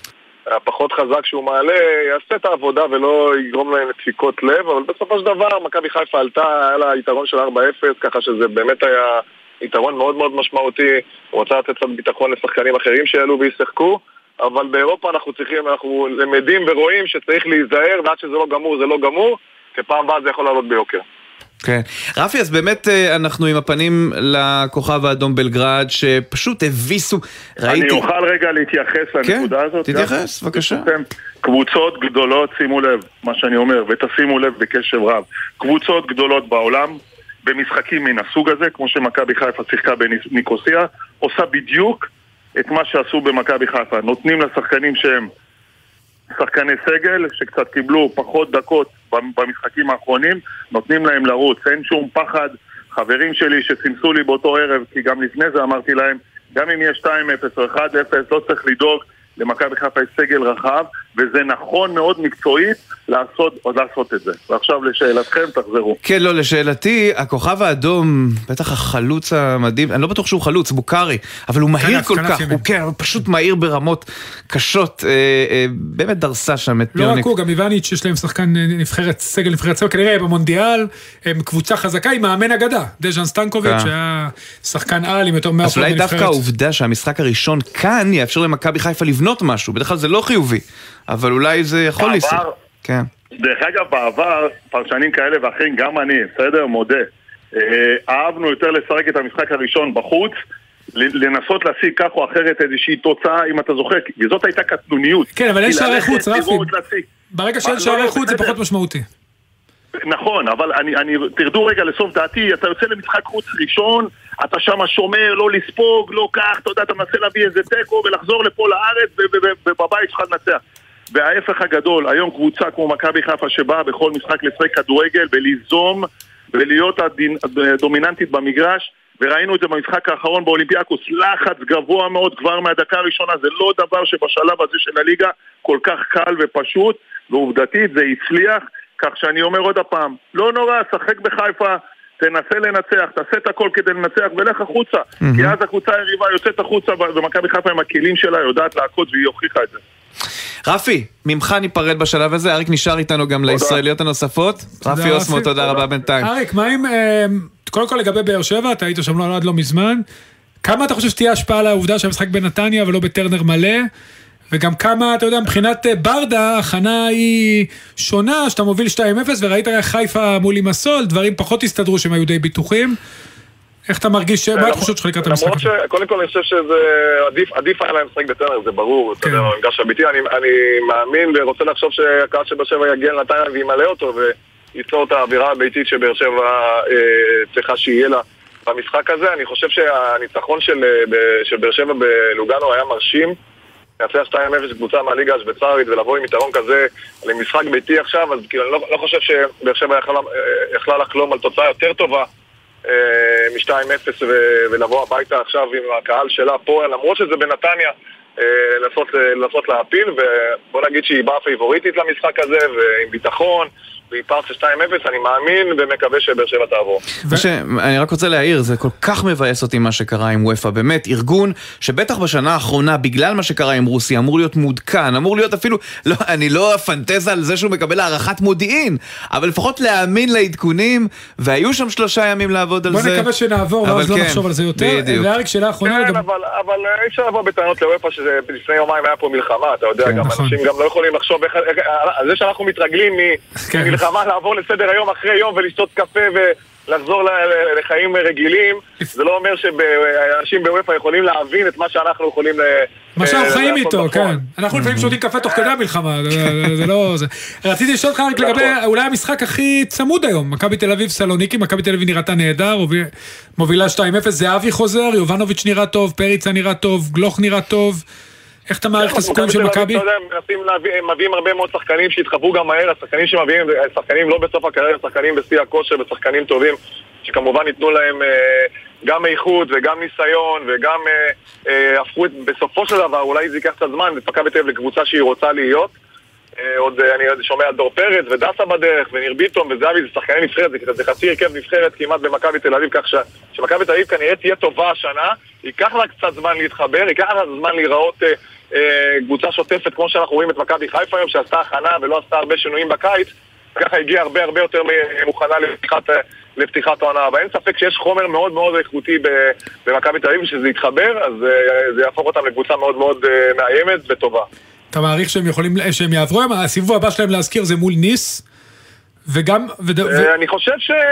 הפחות חזק שהוא מעלה יעשה את העבודה ולא יגרום להם דפיקות לב, אבל בסופו של דבר מכבי חיפה עלתה, היה לה יתרון של 4-0, ככה שזה באמת היה יתרון מאוד מאוד משמעותי. הוא רוצה לתת קצת ביטחון לשחקנים אחרים שיעלו וישחקו, אבל באירופה אנחנו למדים ורואים שצריך להיזהר, ועד שזה לא גמור זה לא גמור, כפעם הבאה זה יכול לעלות ביוקר. כן. רפי, אז באמת אנחנו עם הפנים לכוכב האדום בלגרד, שפשוט הביסו, ראיתי... אני אוכל רגע להתייחס לנקודה הזאת? כן, תתייחס, בבקשה. קבוצות גדולות, שימו לב מה שאני אומר, ותשימו לב בקשב רב. קבוצות גדולות בעולם, במשחקים מן הסוג הזה, כמו שמכבי חיפה שיחקה בניקוסיה, עושה בדיוק את מה שעשו במכבי חיפה. נותנים לשחקנים שהם שחקני סגל, שקצת קיבלו פחות דקות במשחקים האחרונים, נותנים להם לרוץ, אין שום פחד. חברים שלי שסימסו לי באותו ערב, כי גם לפני זה אמרתי להם, גם אם יש 2-0 או 1-0, לא צריך לדאוג, למכבי חיפה יש סגל רחב, וזה נכון מאוד מקצועית לעשות את זה. ועכשיו לשאלתכם, תחזרו. כן, לא, לשאלתי, הכוכב האדום, בטח החלוץ המדהים, אני לא בטוח שהוא חלוץ, בוקרי, אבל הוא מהיר כל כך, הוא פשוט מהיר ברמות קשות, באמת דרסה שם את פיוניק. לא רק הוא, גם איווניץ' יש להם שחקן נבחרת, סגל נבחרת סגל, כנראה במונדיאל, הם קבוצה חזקה עם מאמן אגדה, דז'אן סטנקוביץ', שהיה שחקן על עם יותר מאה אז אולי דווקא העובדה שהמשחק הראשון כאן יאפשר למכבי חיפה לבנות משהו, בדרך כלל זה לא חיובי, אבל אולי זה יכול להיסר. כן. דרך אגב, בעבר, פרשנים כאלה ואחרים, גם אני, בסדר, מודה, אהבנו יותר לשחק את המשחק הראשון בחוץ, לנסות להשיג כך או אחרת איזושהי תוצאה, אם אתה זוכר, וזאת הייתה קטנוניות. כן, אבל אין שערי חוץ, רפי. ברגע שאין שערי חוץ זה פחות משמעותי. נכון, אבל תרדו רגע לסוף דעתי, אתה יוצא למשחק חוץ ראשון, אתה שם שומר, לא לספוג, לא כך, אתה יודע, אתה מנסה להביא איזה טקו ולחזור לפה לארץ ובבית שלך לנצח. וההפך הגדול, היום קבוצה כמו מכבי חיפה שבאה בכל משחק לשחק כדורגל וליזום ולהיות הדומיננטית במגרש, וראינו את זה במשחק האחרון באולימפיאקוס, לחץ גבוה מאוד כבר מהדקה הראשונה, זה לא דבר שבשלב הזה של הליגה כל כך קל ופשוט, ועובדתית זה הצליח, כך שאני אומר עוד הפעם, לא נורא, שחק בחיפה, תנסה לנצח, תעשה את הכל כדי לנצח ולך החוצה, כי אז הקבוצה היריבה יוצאת החוצה ומכבי חיפה עם הכלים שלה יודעת לעקוד והיא הוכיחה את זה. רפי, ממך ניפרד בשלב הזה, אריק נשאר איתנו גם לישראליות הנוספות. רפי אוסמו, תודה רבה בינתיים. אריק, מה עם, קודם כל לגבי באר שבע, אתה היית שם עד לא מזמן, כמה אתה חושב שתהיה השפעה על העובדה שהמשחק בנתניה ולא בטרנר מלא, וגם כמה, אתה יודע, מבחינת ברדה, הכנה היא שונה, שאתה מוביל 2-0 וראית חיפה מול עם הסול, דברים פחות הסתדרו שהם היו די ביטוחים. איך אתה מרגיש, מה התחושות שלך לקראת המשחק? קודם כל אני חושב שזה עדיף היה להם משחק בטרנר, זה ברור, אתה יודע, במגרש הביתי, אני מאמין ורוצה לחשוב שהקהל של באר שבע יגיע לנתניה וימלא אותו וייצור את האווירה הביתית שבאר שבע צריכה שיהיה לה במשחק הזה. אני חושב שהניצחון של באר שבע בלוגאנו היה מרשים, להצליח 2-0 קבוצה מהליגה השוויצרית ולבוא עם יתרון כזה למשחק ביתי עכשיו, אז כאילו אני לא חושב שבאר שבע יכלה לחלום על תוצאה יותר טובה מ-2-0 ולבוא הביתה עכשיו עם הקהל שלה פה, למרות שזה בנתניה, לנסות להפיל, ובוא נגיד שהיא באה פייבוריטית למשחק הזה ועם ביטחון והיא פרץ 2-0, אני מאמין ומקווה שבאר שבע תעבור. אני רק רוצה להעיר, זה כל כך מבאס אותי מה שקרה עם וופא, באמת ארגון שבטח בשנה האחרונה בגלל מה שקרה עם רוסיה אמור להיות מודכן, אמור להיות אפילו, אני לא אפנטז על זה שהוא מקבל הערכת מודיעין, אבל לפחות להאמין לעדכונים, והיו שם 3 ימים לעבוד על זה. בוא נקווה שנעבור ואז לא נחשוב על זה יותר. לאריק שאלה האחרונה. כן, אבל אי אפשר לבוא בטענות לוופא שלפני יומיים היה פה מלחמה, אתה יודע, גם אנשים גם לא יכולים לחשוב על זה שאנחנו מתרגלים מלחמה לעבור לסדר היום אחרי יום ולשתות קפה ולחזור לחיים רגילים, זה לא אומר שאנשים בוופא יכולים להבין את מה שאנחנו יכולים מה שאנחנו חיים איתו, כן. אנחנו לפעמים שותים קפה תוך כדי המלחמה, זה לא זה. רציתי לשאול לך רק לגבי אולי המשחק הכי צמוד היום, מכבי תל אביב סלוניקי, מכבי תל אביב נראתה נהדר, מובילה 2-0, זהבי חוזר, יובנוביץ' נראה טוב, פריצה נראה טוב, גלוך נראה טוב. איך אתה מעריך את הסיכויים של מכבי? הם מביאים הרבה מאוד שחקנים שהתחברו גם מהר, השחקנים שמביאים, שחקנים לא בסוף הקריירה, שחקנים בשיא הכושר ושחקנים טובים, שכמובן ייתנו להם גם איכות וגם ניסיון וגם הפכו בסופו של דבר, אולי זה ייקח קצת זמן, מכבי תל אביב לקבוצה שהיא רוצה להיות. עוד אני שומע דור פרץ ודסה בדרך וניר ביטון וזהבי, זה שחקני נבחרת, זה חצי הרכב נבחרת כמעט במכבי תל אביב, כך שמכבי תל אביב כנראה תהיה טובה השנה, ייקח לה קצת זמן להתחבר, ייקח לה זמן להיראות קבוצה שוטפת כמו שאנחנו רואים את מכבי חיפה היום, שעשתה הכנה ולא עשתה הרבה שינויים בקיץ, ככה הגיעה הרבה יותר מוכנה לפתיחת העונה, אבל אין ספק שיש חומר מאוד מאוד איכותי במכבי תל אביב, שזה יתחבר, אז זה יהפוך אותם לקבוצה מאוד מאוד מאיימת וטובה. אתה מעריך שהם יעברו, הסיבוב הבא שלהם להזכיר זה מול ניס, וגם... אני חושב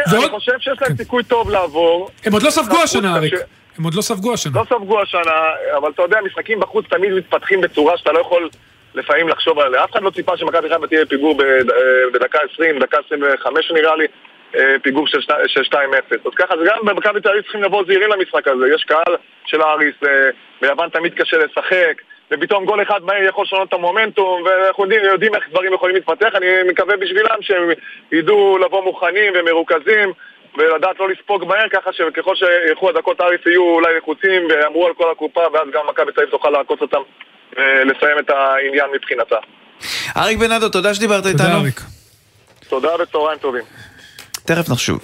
שיש להם סיכוי טוב לעבור. הם עוד לא ספגו השנה, אריק. הם עוד לא ספגו השנה. לא ספגו השנה, אבל אתה יודע, משחקים בחוץ תמיד מתפתחים בצורה שאתה לא יכול לפעמים לחשוב עליה. אף אחד לא ציפה שמכבי חיפה תהיה פיגור בדקה 20, דקה 25 נראה לי, פיגור של 2-0. אז ככה, גם במכבי תל אביב צריכים לבוא זהירים למשחק הזה. יש קהל של האריס, ביוון תמיד קשה לשחק, ופתאום גול אחד מהר יכול לשנות את המומנטום, ואנחנו יודעים איך דברים יכולים להתפתח. אני מקווה בשבילם שהם ידעו לבוא מוכנים ומרוכזים, ולדעת לא לספוג מהר, ככה שככל שילכו הדקות האריס יהיו אולי לחוצים, ואמרו על כל הקופה, ואז גם מכבי תל אביב תוכל לעקוץ אותם ולסיים את העניין מבחינתה. אריק בנאדו, תודה שדיברת איתנו. תודה אריק. תודה וצהריים טובים. תכף נחשוב.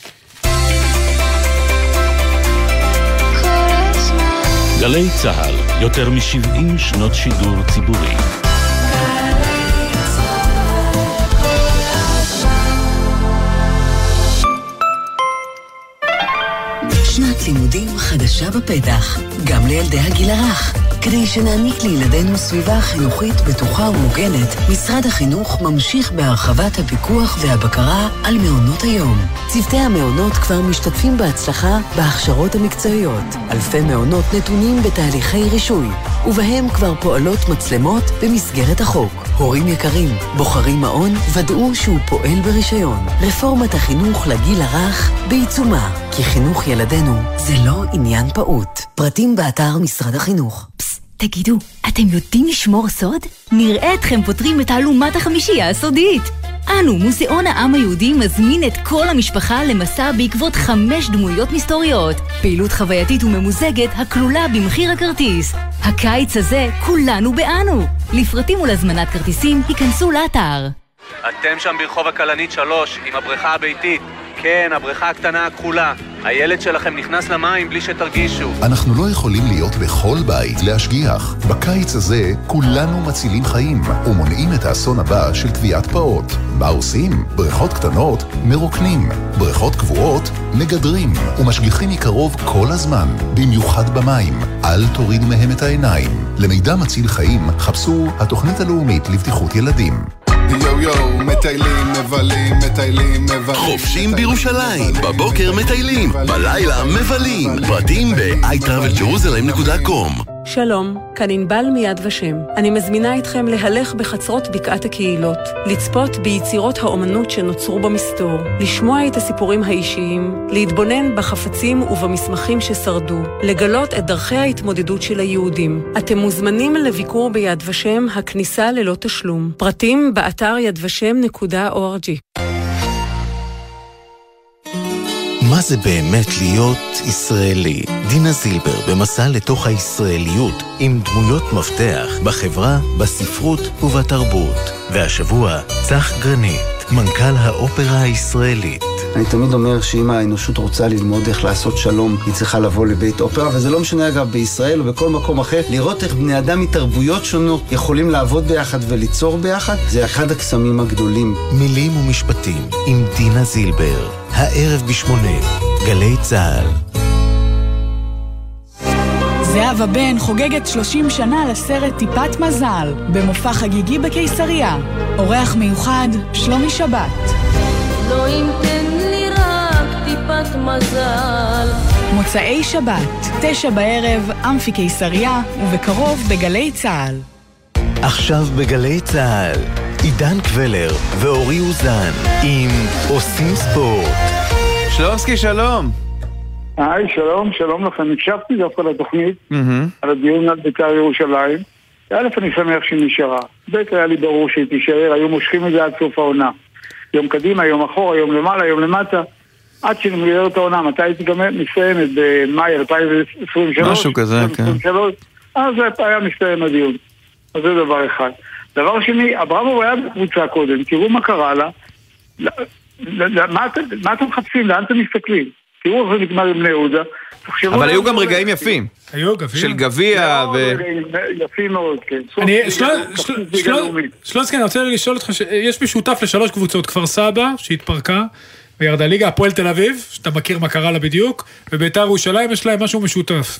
גלי צהל, יותר מ-70 שנות שידור ציבורי. שנת לימודים חדשה בפתח, גם לילדי הגיל הרך. כדי שנעניק לילדינו סביבה חינוכית בטוחה ומוגנת, משרד החינוך ממשיך בהרחבת הפיקוח והבקרה על מעונות היום. צוותי המעונות כבר משתתפים בהצלחה בהכשרות המקצועיות. אלפי מעונות נתונים בתהליכי רישוי, ובהם כבר פועלות מצלמות במסגרת החוק. הורים יקרים, בוחרים מעון, ודאו שהוא פועל ברישיון. רפורמת החינוך לגיל הרך בעיצומה, כי חינוך ילדינו זה לא עניין פעוט. פרטים באתר משרד החינוך. תגידו, אתם יודעים לשמור סוד? נראה אתכם פותרים את תעלומת החמישייה הסודית. אנו, מוזיאון העם היהודי, מזמין את כל המשפחה למסע בעקבות 5 דמויות מסתוריות. פעילות חווייתית וממוזגת הכלולה במחיר הכרטיס. הקיץ הזה כולנו באנו. לפרטים ולהזמנת כרטיסים היכנסו לאתר. אתם שם ברחוב הכלנית 3 עם הבריכה הביתית. כן, הבריכה הקטנה הכחולה. הילד שלכם נכנס למים בלי שתרגישו. אנחנו לא יכולים להיות בכל בית להשגיח. בקיץ הזה כולנו מצילים חיים ומונעים את האסון הבא של טביעת פעוט. מה עושים? בריכות קטנות מרוקנים, בריכות קבועות מגדרים ומשגיחים מקרוב כל הזמן, במיוחד במים. אל תורידו מהם את העיניים. למידע מציל חיים חפשו התוכנית הלאומית לבטיחות ילדים. יו יו, מטיילים, מבלים, מטיילים, מבלים. חופשים בירושלים, בבוקר מטיילים, בלילה מבלים. פרטים ב-iTravelJerusalem.com. שלום, כאן ענבל מיד ושם. אני מזמינה אתכם להלך בחצרות בקעת הקהילות, לצפות ביצירות האומנות שנוצרו במסתור, לשמוע את הסיפורים האישיים, להתבונן בחפצים ובמסמכים ששרדו, לגלות את דרכי ההתמודדות של היהודים. אתם מוזמנים לביקור ביד ושם, הכניסה ללא תשלום. פרטים באתר yadvashem.org. מה זה באמת להיות ישראלי? דינה זילבר במסע לתוך הישראליות עם דמויות מפתח בחברה, בספרות ובתרבות. והשבוע צח גרנית, מנכ"ל האופרה הישראלית. אני תמיד אומר שאם האנושות רוצה ללמוד איך לעשות שלום, היא צריכה לבוא לבית אופרה, וזה לא משנה אגב בישראל או בכל מקום אחר, לראות איך בני אדם מתרבויות שונות יכולים לעבוד ביחד וליצור ביחד, זה אחד הקסמים הגדולים. מילים ומשפטים עם דינה זילבר, הערב ב8, גלי צהל. זהבה בן חוגגת 30 שנה לסרט טיפת מזל, במופע חגיגי בקיסריה. אורח מיוחד, שלומי שבת. לא ייתן לי רק טיפת מזל. מוצאי שבת, 9 בערב, אמפי קיסריה, ובקרוב בגלי צהל. עכשיו בגלי צהל, עידן קבלר ואורי אוזן עם עושים ספורט. שלומסקי, שלום. היי, שלום, שלום לכם. הקשבתי דווקא לתוכנית על הדיון על בית"ר ירושלים. א', אני שמח שהיא נשארה. ב', היה לי ברור שהיא תישאר, היו מושכים את זה עד סוף העונה. יום קדימה, יום אחורה, יום למעלה, יום למטה, עד שנגמר את העונה. מתי הייתי גם מסיימת? במאי 2023? משהו כזה, כן. אז זה היה מסתיים הדיון. אז זה דבר אחד. דבר שני, אברמוב היה בקבוצה קודם, תראו מה קרה לה. מה אתם מחפשים? לאן אתם מסתכלים? תראו איך זה נגמר עם בני יהודה. אבל היו גם רגעים יפים. היו גביע. של גביע יפים מאוד, כן. שלונסקי, אני רוצה לשאול אותך, יש משותף ל3 קבוצות, כפר סבא, שהתפרקה, וירדה ליגה, הפועל תל אביב, שאתה מכיר מה קרה לה בדיוק, ובית"ר ירושלים יש להם משהו משותף.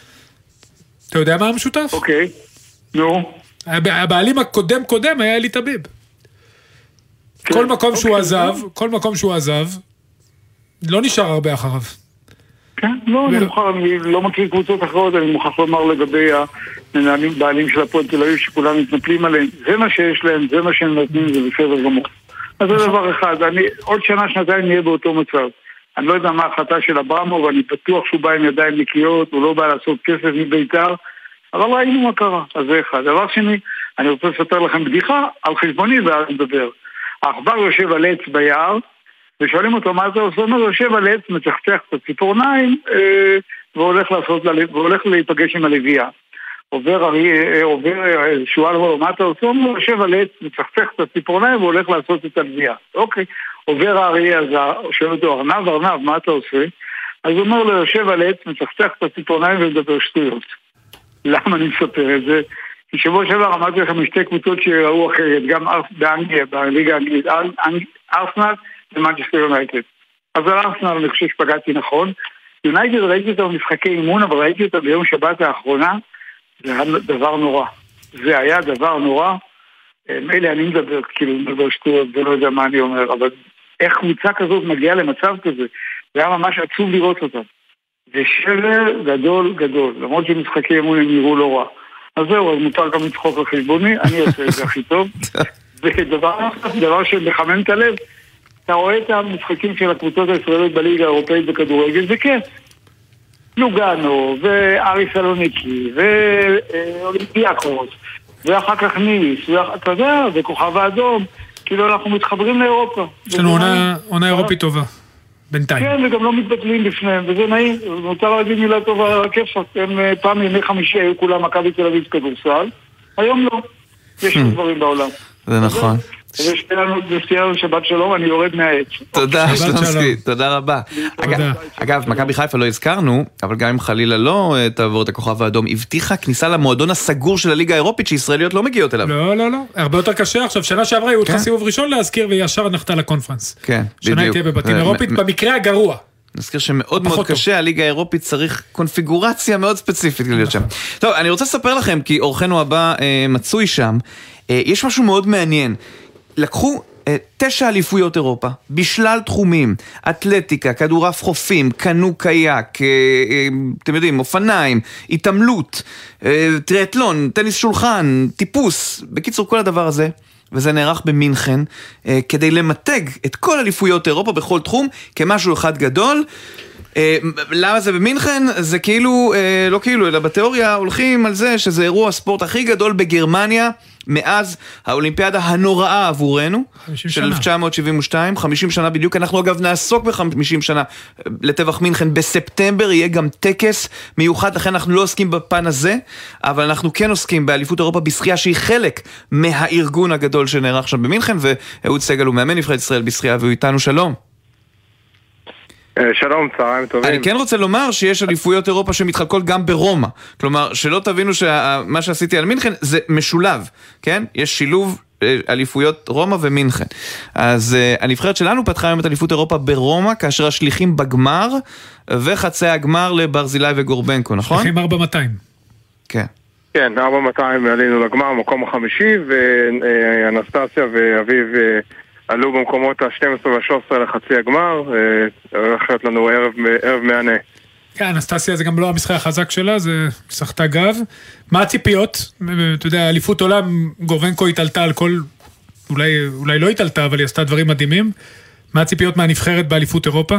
אתה יודע מה המשותף? אוקיי, נו. הבעלים הקודם היה אלי טביב. כל מקום שהוא עזב, לא נשאר הרבה אחריו. כן, לא, אני לא מכיר קבוצות אחרות, אני מוכרח לומר לגבי המנהלים בעלים של הפועל תל אביב שכולם מתנפלים עליהם, זה מה שיש להם, זה מה שהם נותנים, זה בסדר גמור. אז זה דבר אחד, עוד שנה, שנתיים נהיה באותו מצב. אני לא יודע מה ההחלטה של אברמוב, ואני בטוח שהוא בא עם ידיים נקיות, הוא לא בא לעשות כסף מבית"ר, אבל ראינו מה קרה, אז זה אחד. דבר שני, אני רוצה לספר לכם בדיחה על חשבוני ואז נדבר. העכבר יושב על עץ ביער, ושואלים אותו מה זה עושה, הוא יושב על עץ, מצחצח את הציפורניים, והולך להיפגש עם הלוויה. עובר שואל לו, מה אתה עושה? הוא יושב על עץ, מצחצח את הציפורניים, והולך לעשות את הלוויה. אוקיי, עובר האריה הזה, שואל אותו, ארנב, מה אתה עושה? אז הוא אומר לו, יושב על עץ, מצחצח את הציפורניים ומדבר שטויות. למה אני מספר את זה? כי שבוע שעבר אמרתי לכם משתי קבוצות שראו אחרת, גם באנגליה, בליגה האנגלית, ארסנל ומנצ'סטר יונייטד. אז על ארסנל אני חושב שפגעתי נכון. יונייטד ראיתי אותה במשחקי אימון, אבל ראיתי אותה ביום שבת האחרונה, זה היה דבר נורא. זה היה דבר נורא. אלה אני מדבר, כאילו מדבר שטויות, ולא יודע מה אני אומר, אבל איך קבוצה כזאת מגיעה למצב כזה? זה היה ממש עצוב לראות אותה. זה שבר גדול גדול, למרות שמשחקי אימון הם נראו לא רע. אז זהו, אז מותר גם לצחוק על חשבוני, אני עושה את זה הכי טוב. ודבר שמחמם את הלב, אתה רואה את המשחקים של הקבוצות הישראליות בליגה האירופאית בכדורגל, זה כיף. לוגאנו, וארי סלוניקי, ואולימפיאקוס, ואחר כך ניס, ואתה יודע, וכוכב האדום, כאילו אנחנו מתחברים לאירופה. יש לנו עונה אירופית טובה, בינתיים. כן, וגם לא מתבטלים בפניהם, וזה נעים. אני רוצה להגיד מילה טובה על הכיפות. הם פעם ימי חמישי היו כולם מכבי תל אביב כדורסל, היום לא. יש דברים בעולם. זה נכון. ושתהיה לנו שבת שלום, אני יורד מהעץ. תודה, שלומסקי, תודה רבה. אגב, מכבי חיפה לא הזכרנו, אבל גם אם חלילה לא תעבור את הכוכב האדום, הבטיחה כניסה למועדון הסגור של הליגה האירופית, שישראליות לא מגיעות אליו. לא, לא, לא, הרבה יותר קשה. עכשיו, שנה שעברה היו אותך סיבוב ראשון להזכיר, וישר נחתה לקונפרנס. כן, שנה היא תהיה בבתים אירופית, במקרה הגרוע. נזכיר שמאוד מאוד קשה, הליגה האירופית צריך קונפיגורציה מאוד ספציפית להיות שם. טוב, אני רוצה לספר לכם, כי אורחנו הבא מצוי שם, יש משהו מאוד מעניין. לקחו 9 אליפויות אירופה, בשלל תחומים, אתלטיקה, כדורעף חופים, קנו קייק, אתם יודעים, אופניים, התעמלות, טריאטלון, טניס שולחן, טיפוס, בקיצור כל הדבר הזה, וזה נערך במינכן, כדי למתג את כל אליפויות אירופה בכל תחום, כמשהו אחד גדול. למה זה במינכן? זה כאילו, לא כאילו, אלא בתיאוריה הולכים על זה שזה אירוע הספורט הכי גדול בגרמניה, מאז האולימפיאדה הנוראה עבורנו, של 1972, 50 שנה בדיוק. אנחנו אגב נעסוק ב-50 שנה לטבח מינכן בספטמבר, יהיה גם טקס מיוחד, לכן אנחנו לא עוסקים בפן הזה, אבל אנחנו כן עוסקים באליפות אירופה בשחייה, שהיא חלק מהארגון הגדול שנערך שם במינכן, ואהוד סגל הוא מאמן נבחרת ישראל בשחייה, והוא איתנו. שלום. שלום, צהריים טובים. אני כן רוצה לומר שיש אליפויות אירופה שמתחלקות גם ברומא. כלומר, שלא תבינו שמה שעשיתי על מינכן זה משולב, כן? יש שילוב אליפויות רומא ומינכן. אז הנבחרת שלנו פתחה היום את אליפות אירופה ברומא, כאשר השליחים בגמר, וחצי הגמר לברזילי וגורבנקו, נכון? שליחים 4,200. כן. כן, 4,200 עלינו לגמר, מקום החמישי, ואנסטסיה ואביב עלו במקומות ה-12 וה-13 לחצי הגמר, הולכת לנו ערב מענה. כן, אנסטסיה זה גם לא המשחק החזק שלה, זה שחתה גב. מה הציפיות? אתה יודע, אליפות עולם, גורבנקו התעלתה על כל, אולי לא התעלתה, אבל היא עשתה דברים מדהימים. מה הציפיות מהנבחרת באליפות אירופה?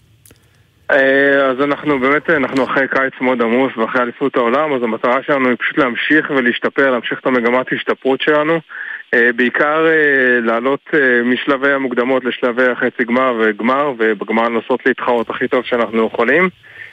אז אנחנו באמת, אנחנו אחרי קיץ מאוד עמוס ואחרי אליפות העולם, אז המטרה שלנו היא פשוט להמשיך ולהשתפר, להמשיך את המגמת ההשתפרות שלנו. בעיקר לעלות משלבי המוקדמות לשלבי החצי גמר וגמר, ובגמר לנסות להתחרות הכי טוב שאנחנו יכולים,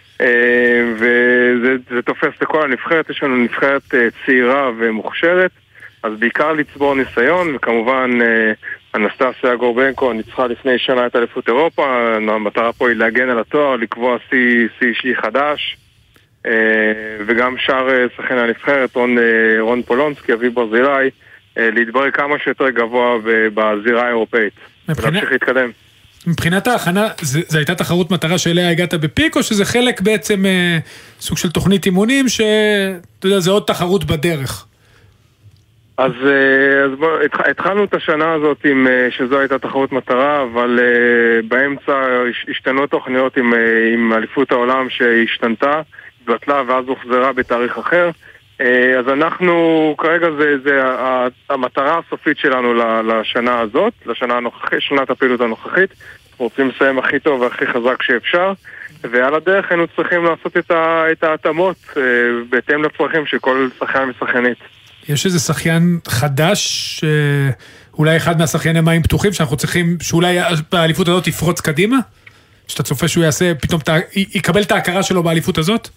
וזה תופס לכל הנבחרת. יש לנו נבחרת צעירה ומוכשרת, אז בעיקר לצבור ניסיון, וכמובן אנסטסיה גורבנקו ניצחה לפני שנה את אליפות אירופה. המטרה פה היא להגן על התואר, לקבוע שיא חדש, וגם שאר שחקני הנבחרת, רון פולונסקי, אביב ברזילי, להתברר כמה שיותר גבוה בזירה האירופאית. ולהמשיך להתקדם. מבחינת ההכנה, זו הייתה תחרות מטרה שאליה הגעת בפיק, או שזה חלק בעצם סוג של תוכנית אימונים, שאתה יודע, זה עוד תחרות בדרך? אז התחלנו את השנה הזאת שזו הייתה תחרות מטרה, אבל באמצע השתנו תוכניות עם אליפות העולם שהשתנתה, בטלה ואז הוחזרה בתאריך אחר. אז אנחנו, כרגע זה המטרה הסופית שלנו לשנה הזאת, לשנה הנוכחית, שנת הפעילות הנוכחית. אנחנו רוצים לסיים הכי טוב והכי חזק שאפשר, ועל הדרך היינו צריכים לעשות את ההתאמות בהתאם לצרכים של כל שחקן ושחקנית. יש איזה שחיין חדש, אולי אחד מהשחייני מים פתוחים, שאנחנו צריכים, שאולי באליפות הזאת יפרוץ קדימה? שאתה צופה שהוא יעשה, פתאום יקבל את ההכרה שלו באליפות הזאת?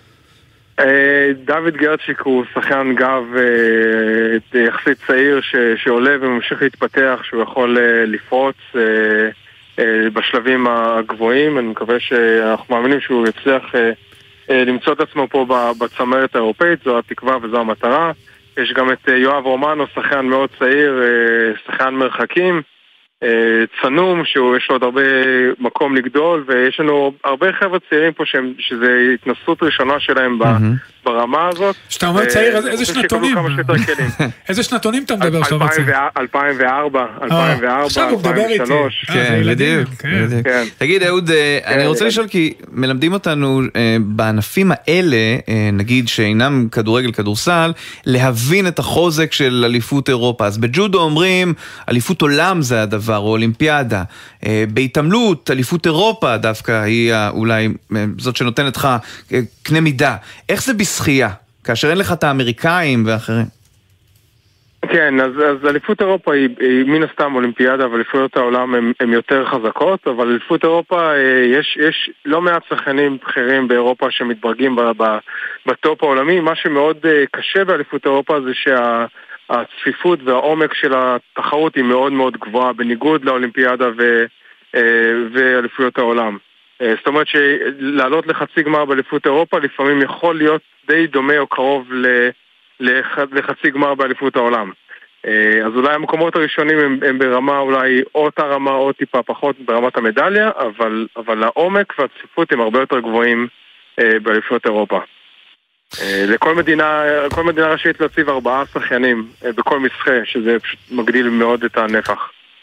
דוד גרצ'יק הוא שחיין גב יחסית צעיר שעולה וממשיך להתפתח, שהוא יכול לפרוץ בשלבים הגבוהים. אני מקווה שאנחנו מאמינים שהוא יצליח למצוא את עצמו פה בצמרת האירופאית, זו התקווה וזו המטרה. יש גם את יואב רומנו, שחיין מאוד צעיר, שחיין מרחקים, צנום, שיש לו עוד הרבה מקום לגדול, ויש לנו הרבה חבר'ה צעירים פה שזה התנסות ראשונה שלהם ברמה הזאת. שאתה אומר צעיר, איזה שנתונים? איזה שנתונים אתה מדבר שאתה אומר צעיר? 2004, 2003. כן, בדיוק. תגיד אהוד, אני רוצה לשאול, כי מלמדים אותנו בענפים האלה, נגיד שאינם כדורגל, כדורסל, להבין את החוזק של אליפות אירופה. אז בג'ודו אומרים, אליפות עולם זה הדבר, או אולימפיאדה. בהתעמלות, אליפות אירופה דווקא היא אולי זאת שנותנת לך קנה מידה. איך זה בשחייה, כאשר אין לך את האמריקאים ואחרים? כן, אז אליפות אירופה היא מן הסתם אולימפיאדה, אבל אליפויות העולם הן יותר חזקות, אבל אליפות אירופה יש לא מעט שחקנים בכירים באירופה שמתברגים בטופ העולמי. מה שמאוד קשה באליפות אירופה זה שהצפיפות והעומק של התחרות היא מאוד מאוד גבוהה, בניגוד לאולימפיאדה ואליפויות העולם. זאת אומרת שלעלות לחצי גמר באליפות אירופה לפעמים יכול להיות די דומה או קרוב לחצי גמר באליפות העולם. אז אולי המקומות הראשונים הם ברמה אולי או אותה רמה או טיפה פחות ברמת המדליה, אבל העומק והצפיפות הם הרבה יותר גבוהים באליפות אירופה. לכל מדינה רשאית להציב 4 שחיינים בכל משחק, שזה פשוט מגדיל מאוד את הנפח.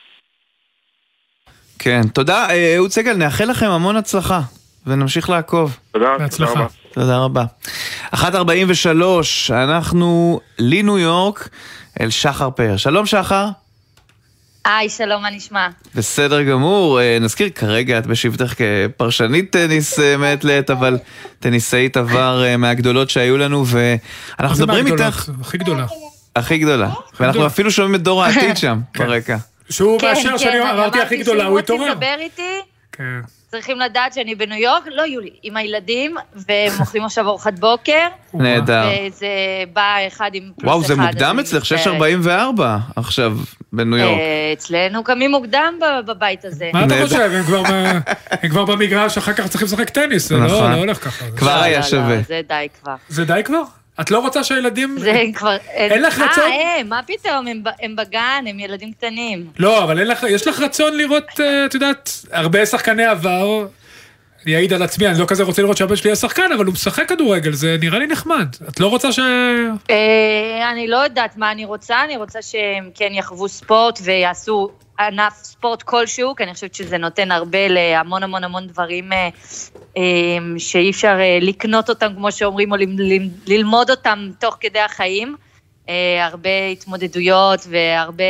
כן, תודה. אהוד סגל, נאחל לכם המון הצלחה, ונמשיך לעקוב. תודה, בהצלחה. תודה רבה. תודה רבה. 1:43, אנחנו לניו יורק, אל שחר פאר. שלום שחר. היי, שלום, מה נשמע? בסדר גמור, נזכיר כרגע את בשבתך כפרשנית טניס מעת לעת, אבל טניסאית עבר מהגדולות שהיו לנו, ואנחנו מדברים איתך. הכי גדולה. הכי גדולה. ואנחנו אפילו שומעים את דור העתיד שם ברקע. שהוא באשר שאני אמרתי הכי גדולה, הוא התעורר. רוצים לדבר איתי? כן. צריכים לדעת שאני בניו יורק, לא יולי, עם הילדים, והם אוכלים עכשיו ארוחת בוקר. נהדר. וזה בא אחד עם פלוס אחד. וואו, זה מוקדם אצלך, 6:44 עכשיו בניו יורק. אצלנו קמים מוקדם בבית הזה. מה אתה חושב? הם כבר במגרש, אחר כך צריכים לשחק טניס, זה לא הולך ככה. כבר היה שווה. זה די כבר. זה די כבר? את לא רוצה שהילדים... זה כבר... אין לך רצון? מה פתאום, הם בגן, הם ילדים קטנים. לא, אבל יש לך רצון לראות, את יודעת, הרבה שחקני עבר, אני אעיד על עצמי, אני לא כזה רוצה לראות שהבן שלי יהיה שחקן, אבל הוא משחק כדורגל, זה נראה לי נחמד. את לא רוצה אני לא יודעת מה אני רוצה שהם כן יחוו ספורט ויעשו ענף ספורט כלשהו, כי אני חושבת שזה נותן הרבה להמון המון המון דברים שאי אפשר לקנות אותם, כמו שאומרים, או ללמוד אותם תוך כדי החיים. הרבה התמודדויות והרבה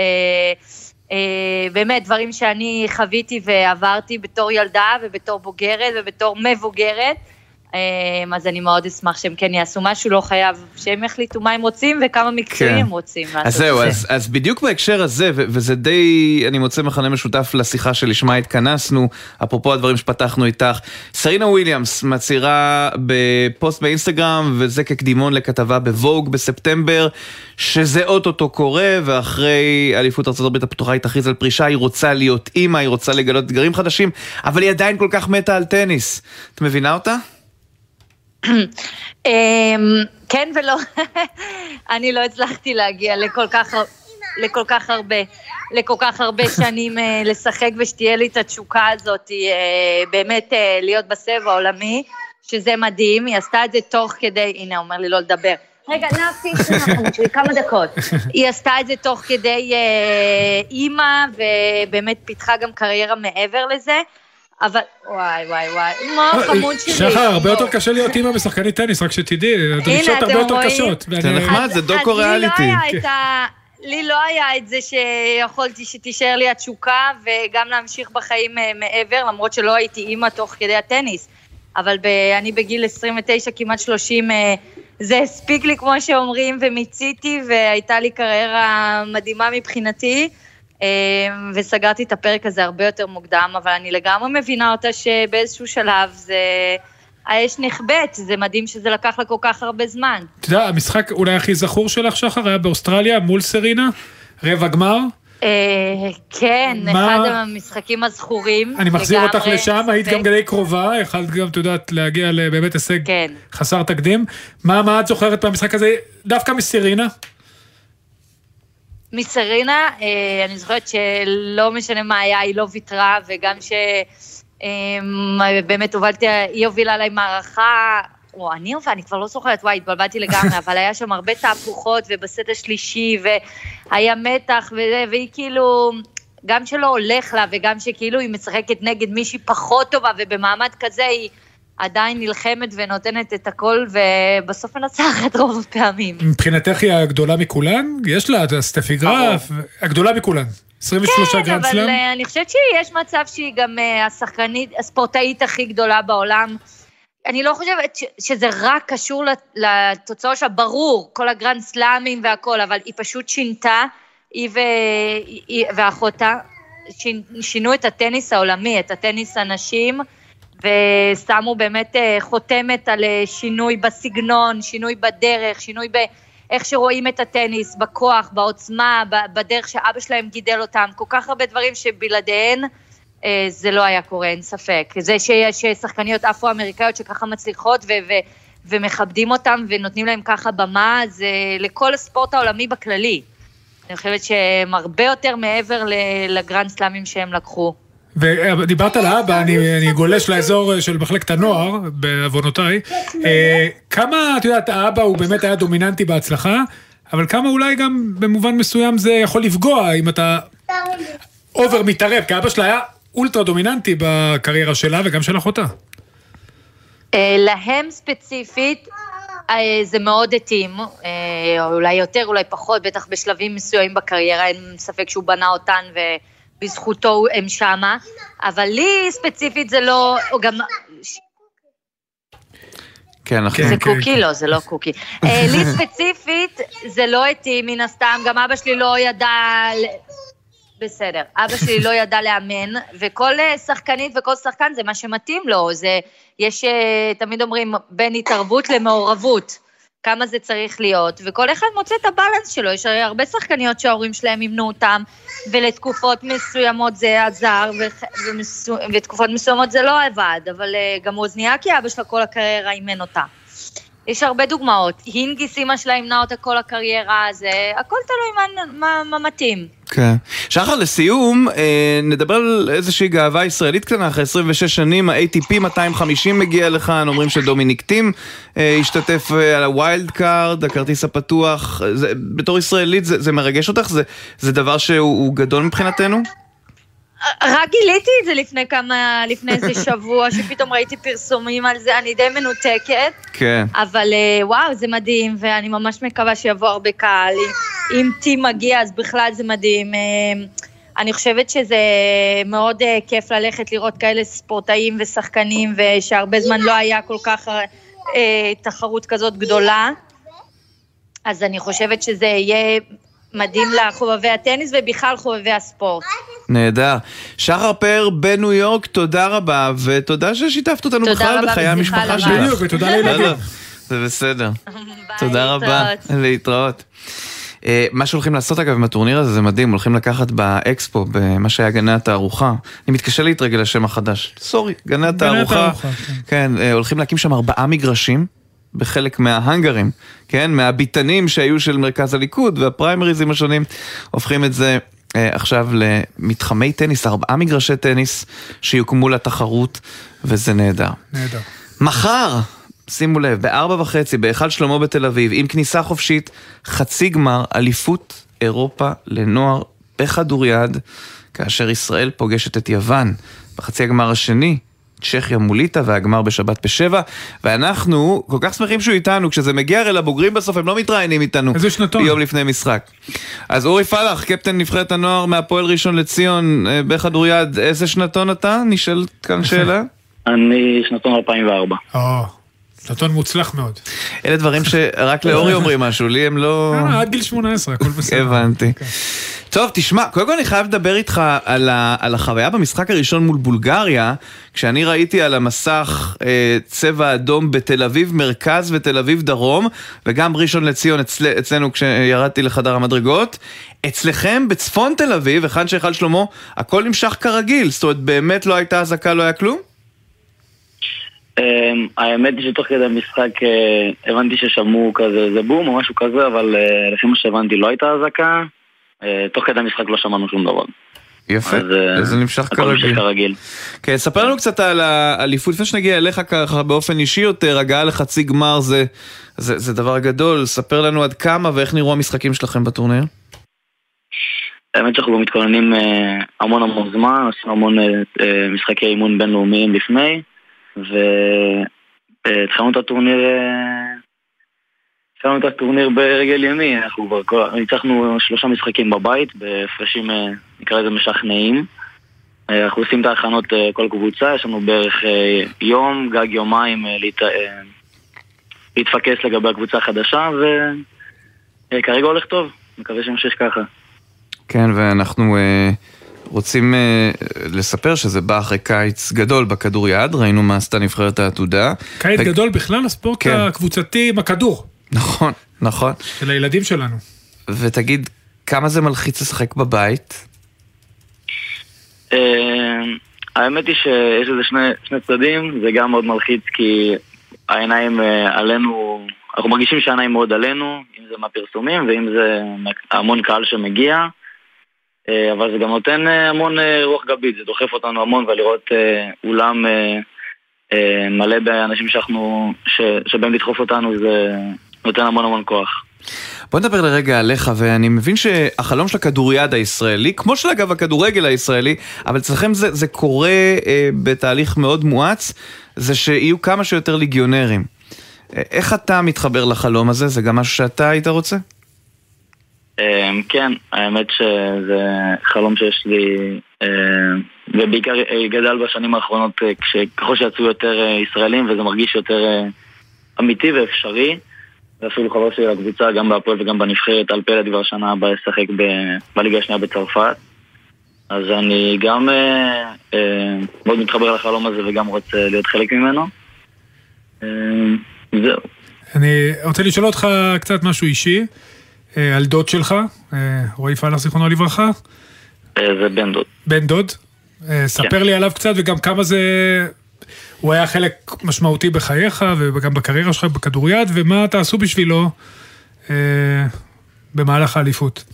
באמת דברים שאני חוויתי ועברתי בתור ילדה ובתור בוגרת ובתור מבוגרת. אז אני מאוד אשמח שהם כן יעשו משהו, לא חייב שהם יחליטו מה הם רוצים וכמה מקצועים הם רוצים לעשות. אז זהו, אז בדיוק בהקשר הזה, וזה די, אני מוצא מכנה משותף לשיחה שלשמה התכנסנו, אפרופו הדברים שפתחנו איתך, סרינה וויליאמס מצהירה בפוסט באינסטגרם, וזה כקדימון לכתבה בווג בספטמבר, שזה אוטוטו קורה, ואחרי אליפות ארצות הברית הפתוחה היא תכריז על פרישה, היא רוצה להיות אימא, היא רוצה לגלות אתגרים חדשים, אבל היא עדיין כל כך מתה על טניס. את מבינה אותה? כן ולא, אני לא הצלחתי להגיע לכל כך הרבה שנים לשחק ושתהיה לי את התשוקה הזאת, באמת להיות בסבב העולמי, שזה מדהים, היא עשתה את זה תוך כדי, הנה אומר לי לא לדבר, רגע נפי, כמה דקות, היא עשתה את זה תוך כדי אימא, ובאמת פיתחה גם קריירה מעבר לזה, אבל וואי, מה חמוד שלי. שחר, הרבה יותר קשה להיות אימא בשחקנית טניס, רק שתדעי, הדרישות הרבה יותר קשות. זה נחמד, זה דוקו ריאליטי. לי לא היה את זה שיכולתי שתישאר לי התשוקה, וגם להמשיך בחיים מעבר, למרות שלא הייתי אימא תוך כדי הטניס. אבל אני בגיל 29, כמעט 30, זה הספיק לי כמו שאומרים, ומיציתי, והייתה לי קריירה מדהימה מבחינתי, וסגרתי את הפרק הזה הרבה יותר מוקדם, אבל אני לגמרי מבינה אותה שבאיזשהו שלב זה האש נכבט, זה מדהים שזה לקח לה כל כך הרבה זמן. אתה יודע, המשחק אולי הכי זכור שלך שחר היה באוסטרליה מול סרינה, רבע גמר? כן, אחד המשחקים הזכורים. אני מחזיר אותך לשם, היית גם די קרובה, יכולת גם, אתה יודעת, להגיע לבאמת הישג חסר תקדים. מה את זוכרת במשחק הזה, דווקא מסרינה? מסרינה, אני זוכרת שלא משנה מה היה, היא לא ויתרה, וגם שבאמת היא הובילה עליי מערכה, אני כבר לא זוכרת, התבלבלתי לגמרי, אבל היה שם הרבה תהפוכות, ובסט השלישי, והיה מתח, והיא כאילו, גם שלא הולך לה, וגם שכאילו היא משחקת נגד מישהי פחות טובה, ובמעמד כזה היא עדיין נלחמת ונותנת את הכל, ובסוף מנצחת רוב הפעמים. מבחינתך היא הגדולה מכולן? יש לה סטפי גרף, הגדולה מכולן. 23 גרנד סלאם? כן, אבל אני חושבת שיש מצב שהיא גם הספורטאית הכי גדולה בעולם. אני לא חושבת שזה רק קשור לתוצאות שלה, ברור, כל הגרנד סלאמים והכל, אבל היא פשוט שינתה, היא ואחותה, שינו את הטניס העולמי, את הטניס הנשים, ושמו באמת חותמת על שינוי בסגנון, שינוי בדרך, שינוי באיך שרואים את הטניס, בכוח, בעוצמה, בדרך שאבא שלהם גידל אותם, כל כך הרבה דברים שבלעדיהן זה לא היה קורה, אין ספק. זה שיש שחקניות אפרו-אמריקאיות שככה מצליחות ומכבדים אותם ונותנים להם ככה במה, זה לכל הספורט העולמי בכללי. אני חושבת שהם הרבה יותר מעבר לגרנד סלאמים שהם לקחו. ודיברת על האבא, אני גולש לאזור של מחלקת הנוער, בעוונותיי. כמה, את יודעת, האבא הוא באמת היה דומיננטי בהצלחה, אבל כמה אולי גם במובן מסוים זה יכול לפגוע, אם אתה אובר מתערב, כי האבא שלה היה אולטרה דומיננטי בקריירה שלה וגם של אחותה. להם ספציפית, זה מאוד התאים, אולי יותר, אולי פחות, בטח בשלבים מסוימים בקריירה, אין ספק שהוא בנה אותן ובזכותו הם שמה, אבל לי ספציפית זה לא, או גם... זה קוקי, לא, זה לא קוקי. לי ספציפית זה לא התאים, מן הסתם, גם אבא שלי לא ידע... בסדר, אבא שלי לא ידע לאמן, וכל שחקנית וכל שחקן זה מה שמתאים לו, יש, תמיד אומרים, בין התערבות למעורבות, כמה זה צריך להיות, וכל אחד מוצא את הבלנס שלו, יש הרבה שחקניות שההורים שלהם ימנו אותם, ולתקופות מסוימות זה עזר, ותקופות מסוימות זה לא עבד, אבל גם אוזניאקי, אבא שלה כל הקריירה אימן אותה. יש הרבה דוגמאות, הינגיס אמא שלה ימנה אותה כל הקריירה, זה הכל תלוי מה מתאים. כן. שחר, לסיום, נדבר על איזושהי גאווה ישראלית קטנה, אחרי 26 שנים, ה-ATP 250 מגיע לכאן, אומרים שדומיניק טים השתתף על הווילד קארד, הכרטיס הפתוח, בתור ישראלית זה מרגש אותך? זה דבר שהוא גדול מבחינתנו? רק גיליתי את זה לפני איזה שבוע, שפתאום ראיתי פרסומים על זה, אני די מנותקת, כן. אבל וואו, זה מדהים, ואני ממש מקווה שיבוא הרבה קהל, אם טים מגיע, אז בכלל זה מדהים, אני חושבת שזה מאוד כיף ללכת לראות כאלה ספורטאים ושחקנים, ושהרבה זמן לא היה כל כך תחרות כזאת גדולה, אז אני חושבת שזה יהיה מדהים לחובבי הטניס ובכלל חובבי הספורט. נהדר. שחר פאר בניו יורק, תודה רבה, ותודה ששיתפת אותנו בכלל בחיי המשפחה שלך. בדיוק, ותודה לילדים. זה בסדר. תודה רבה. להתראות. מה שהולכים לעשות אגב עם הטורניר הזה זה מדהים, הולכים לקחת באקספו, במה שהיה גני התערוכה. אני מתקשה להתרגל לשם החדש. סורי, גני התערוכה. כן, הולכים להקים שם 4 מגרשים. בחלק מההנגרים, כן? מהביטנים שהיו של מרכז הליכוד והפריימריזים השונים, הופכים את זה עכשיו למתחמי טניס, 4 מגרשי טניס שיוקמו לתחרות, וזה נהדר. נהדר. מחר, שימו לב, ב-4:30 בהיכל שלמה בתל אביב, עם כניסה חופשית, חצי גמר אליפות אירופה לנוער בכדוריד, כאשר ישראל פוגשת את יוון בחצי הגמר השני, צ'כיה מול ליטא, והגמר בשבת ב7, ואנחנו כל כך שמחים שהוא איתנו, כשזה מגיע הרי לבוגרים בסוף, הם לא מתראיינים איתנו ביום לפני משחק. אז אורי פלח, קפטן נבחרת הנוער מהפועל ראשון לציון בכדוריד, איזה שנתון אתה? נשאל כאן שאלה. אני שנתון 2004. שנתון מוצלח מאוד. אלה דברים שרק לאורי אומרים משהו, לי הם לא... עד גיל 18, הכל בסדר. הבנתי. טוב, תשמע, קודם כל אני חייב לדבר איתך על החוויה במשחק הראשון מול בולגריה, כשאני ראיתי על המסך צבע אדום בתל אביב מרכז ותל אביב דרום, וגם ראשון לציון אצלנו כשירדתי לחדר המדרגות, אצלכם בצפון תל אביב, אחד שהיכל שלמה, הכל נמשך כרגיל, זאת אומרת באמת לא הייתה הזקה, לא היה כלום? האמת היא שתוך כדי המשחק הבנתי ששמעו כזה זה בום או משהו כזה, אבל לפי מה שהבנתי לא הייתה הזקה, תוך כדי המשחק לא שמענו שום דבר. יפה, זה נמשך כרגיל. כן, ספר לנו קצת על האליפות, לפני שנגיע אליך ככה באופן אישי יותר, הגעה לחצי גמר זה דבר גדול, ספר לנו עד כמה ואיך נראו המשחקים שלכם בטורניר. האמת שאנחנו מתכוננים המון זמן, עשינו המון משחקי אימון בינלאומיים לפני, והתחלנו את הטורניר ברגל ימי, אנחנו כבר ניצחנו 3 משחקים בבית, בהפרשים נקרא לזה משכנעים, אנחנו עושים את ההכנות כל קבוצה, יש לנו בערך יום, גג יומיים להתפקס לגבי הקבוצה החדשה, וכרגע הולך טוב, מקווה שמשיך ככה. כן, ואנחנו רוצים לספר שזה בא אחרי קיץ גדול בכדוריד, ראינו מה עשתה נבחרת העתודה. קיץ גדול בכלל הספורט הקבוצתי עם הכדור. נכון, נכון. של הילדים שלנו. ותגיד, כמה זה מלחיץ לשחק בבית? האמת היא שיש לזה שני צדדים, זה גם מאוד מלחיץ כי העיניים עלינו, אנחנו מרגישים שהעיניים מאוד עלינו, אם זה מהפרסומים ואם זה המון קהל שמגיע, אבל זה גם נותן המון רוח גבית, זה דוחף אותנו המון, ולראות אולם מלא באנשים שבאים לדחוף אותנו, זה נותן המון המון כוח. בוא נדבר לרגע עליך, ואני מבין שהחלום של הכדוריד הישראלי, כמו של אגב הכדורגל הישראלי, אבל אצלכם זה קורה בתהליך מאוד מואץ, זה שיהיו כמה שיותר ליגיונרים. איך אתה מתחבר לחלום הזה? זה גם משהו שאתה היית רוצה? כן, האמת שזה חלום שיש לי, ובעיקר גדל בשנים האחרונות, ככל שיצאו יותר ישראלים, וזה מרגיש יותר אמיתי ואפשרי, ואפילו חבר שלי לקבוצה, גם בהפועל וגם בנבחרת, על פלד כבר שנה הבאה לשחק בליגה השנייה בצרפת. אז אני גם מאוד מתחבר לחלום הזה וגם רוצה להיות חלק ממנו. זהו. אני רוצה לשאול אותך קצת משהו אישי, על דוד שלך, רועי פלח זיכרונו לברכה. זה בן דוד. בן דוד? ספר לי עליו קצת וגם כמה זה... הוא היה חלק משמעותי בחייך וגם בקריירה שלך בכדוריד, ומה תעשו בשבילו במהלך האליפות?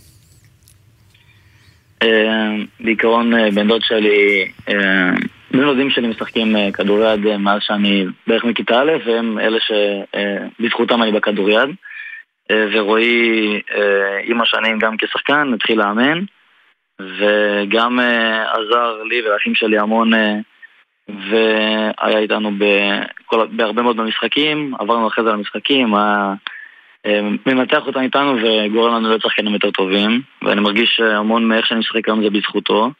בעיקרון בן דוד שלי, בן דודים שלי משחקים כדוריד מאז שאני בערך מכיתה א', והם אלה שבזכותם אני בכדוריד, ורועי עם השנים גם כשחקן התחיל לאמן, וגם עזר לי ולאחים שלי המון, והיה איתנו בהרבה מאוד במשחקים, עברנו אחרי זה למשחקים, מנתח אותנו איתנו וגורם לנו להיות שחקנים יותר טובים, ואני מרגיש המון מאיך שאני משחק היום זה בזכותו.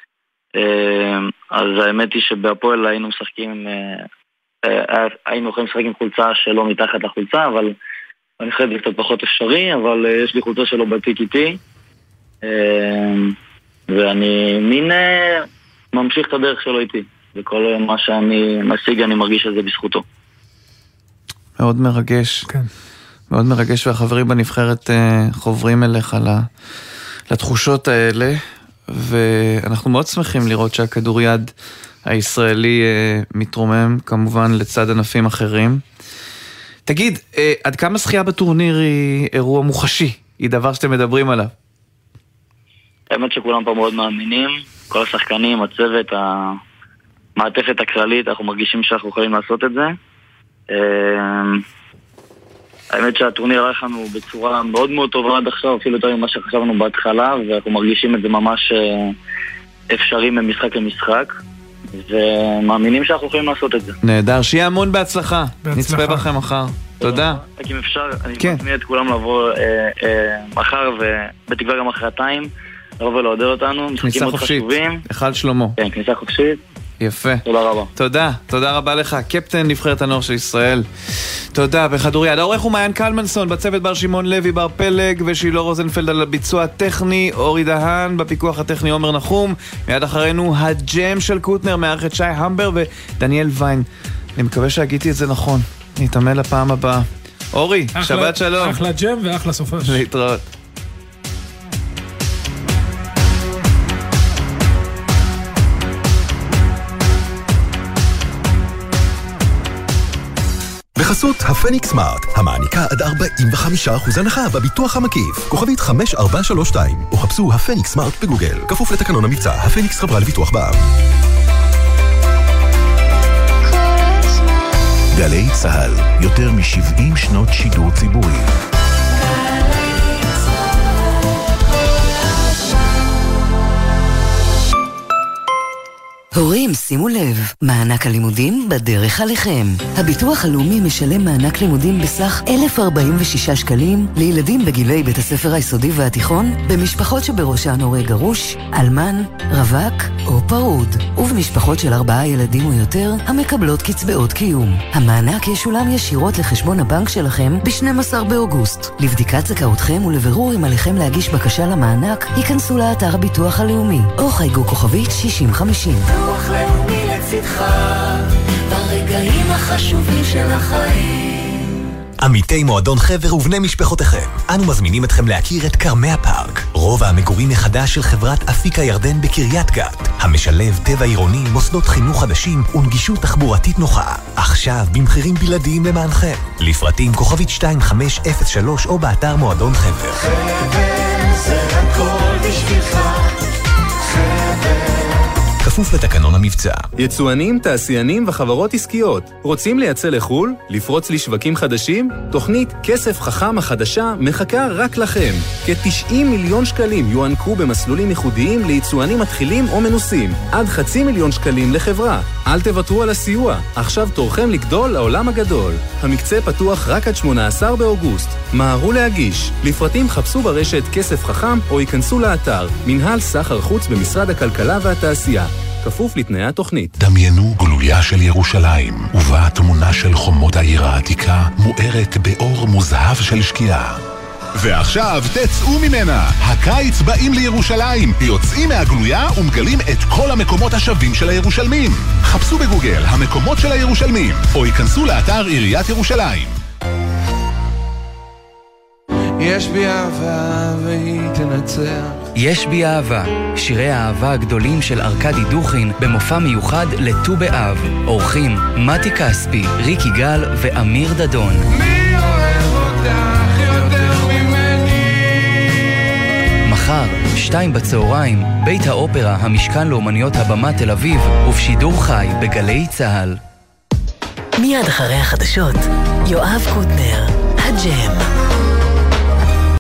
אז האמת היא שבהפועל היינו יכולים לשחק עם חולצה שלא מתחת לחולצה, אבל אני חושב שזה קצת פחות אפשרי, אבל יש לי חולצה שלו בתיק איתי, ואני ממשיך את הדרך שלו איתי. וכל מה שאני משיג אני מרגיש שזה בזכותו. מאוד מרגש. כן. מאוד מרגש, והחברים בנבחרת חוברים אליך לתחושות האלה, ואנחנו מאוד שמחים לראות שהכדוריד הישראלי מתרומם, כמובן לצד ענפים אחרים. תגיד, עד כמה שחייה בטורניר היא אירוע מוחשי? היא דבר שאתם מדברים עליו? האמת שכולם פה מאוד מאמינים, כל השחקנים, הצוות, המעטפת הכללית, אנחנו מרגישים שאנחנו יכולים לעשות את זה. האמת שהטורניר ערך לנו בצורה מאוד מאוד טובה עד עכשיו, אפילו יותר ממה שחשבנו בהתחלה, ואנחנו מרגישים את זה ממש אפשרי ממשחק למשחק, ומאמינים שאנחנו יכולים לעשות את זה. נהדר, שיהיה המון בהצלחה. נצפה בכם מחר. תודה. רק אם אפשר, אני מזמין את כולם לבוא מחר, ובתקווה גם אחרתיים, לבוא ולעודד אותנו. כניסה חופשית, אחד שלמה. כן, כניסה חופשית. יפה. תודה רבה. תודה רבה לך, קפטן נבחרת הנוער של ישראל. תודה, בכדוריד. העורך הוא מעיין קלמנסון, בצוות בר שמעון לוי, בר פלג ושילה רוזנפלד על הביצוע הטכני, אורי דהן, בפיקוח הטכני עומר נחום, מיד אחרינו הג'ם של קוטנר, מערכת שי המבר ודניאל ויין. אני מקווה שהגיתי את זה נכון. נתאמן לפעם הבאה. אורי, שבת שלום. אחלה ג'ם ואחלה סופש. להתראות. בחסות הפניקס סמארט, המעניקה עד 45% הנחה בביטוח המקיף. כוכבית 5432, או חפשו הפניקס סמארט בגוגל. כפוף לתקנון המבצע, הפניקס חברה לביטוח בע"מ. גלי צהל, יותר מ-70 שנות שידור ציבורי. הורים, שימו לב, מענק הלימודים בדרך עליכם. הביטוח הלאומי משלם מענק לימודים בסך 1,046 שקלים לילדים בגילי בית הספר היסודי והתיכון, במשפחות שבראשן הורה גרוש, אלמן, רווק או פרוד, ובמשפחות של 4 ילדים או יותר המקבלות קצבאות קיום. המענק ישולם ישירות לחשבון הבנק שלכם ב-12 באוגוסט. לבדיקת זכאותכם ולבירור אם עליכם להגיש בקשה למענק, ייכנסו לאתר הביטוח הלאומי או חייגו כוכבית 6050. ביטוח לאומי לצדך ברגעים החשובים של החיים. עמיתי מועדון חבר ובני משפחותיכם, אנו מזמינים אתכם להכיר את קרמי הפארק, רובע המגורים מחדש של חברת אפיקה ירדן בקריית גת, המשלב טבע עירוני, מוסדות חינוך חדשים ונגישות תחבורתית נוחה. עכשיו במחירים בלעדיים למענכם. לפרטים כוכבית 2503 או באתר מועדון חבר. חבר זה הכל בשבילך. כפוף לתקנון המבצע. יצואנים, תעשיינים וחברות עסקיות. רוצים לייצא לחול? לפרוץ לשווקים חדשים? תוכנית כסף חכם החדשה מחכה רק לכם. כ-90 מיליון שקלים יוענקו במסלולים ייחודיים ליצואנים מתחילים או מנוסים. עד 500,000 שקלים לחברה. אל תוותרו על הסיוע. עכשיו תורכם לגדול לעולם הגדול. המקצה פתוח רק עד 18 באוגוסט. מהרו להגיש. לפרטים חפשו ברשת כסף חכם או ייכנסו לאתר מנהל סחר חוץ במשרד הכלכלה והתעשייה. כפוף לתנאי התוכנית. דמיינו גלויה של ירושלים, ובה תמונה של חומות העיר העתיקה מוארת באור מוזהב של שקיעה. ועכשיו תצאו ממנה! הקיץ באים לירושלים! יוצאים מהגלויה ומגלים את כל המקומות השווים של הירושלמים. חפשו בגוגל המקומות של הירושלמים, או ייכנסו לאתר עיריית ירושלים. יש בי אהבה והיא תנצח. יש בי אהבה, שירי האהבה הגדולים של ארקדי דוכין במופע מיוחד לט"ו באב. אורחים מתי כספי, ריק יגאל ואמיר דדון. מי אוהב אותך יותר ממני? מחר, 2 בצהריים, בית האופרה, המשכן לאומניות הבמה תל אביב, ובשידור חי בגלי צהל. מיד אחרי החדשות, יואב קוטנר, הג'ם.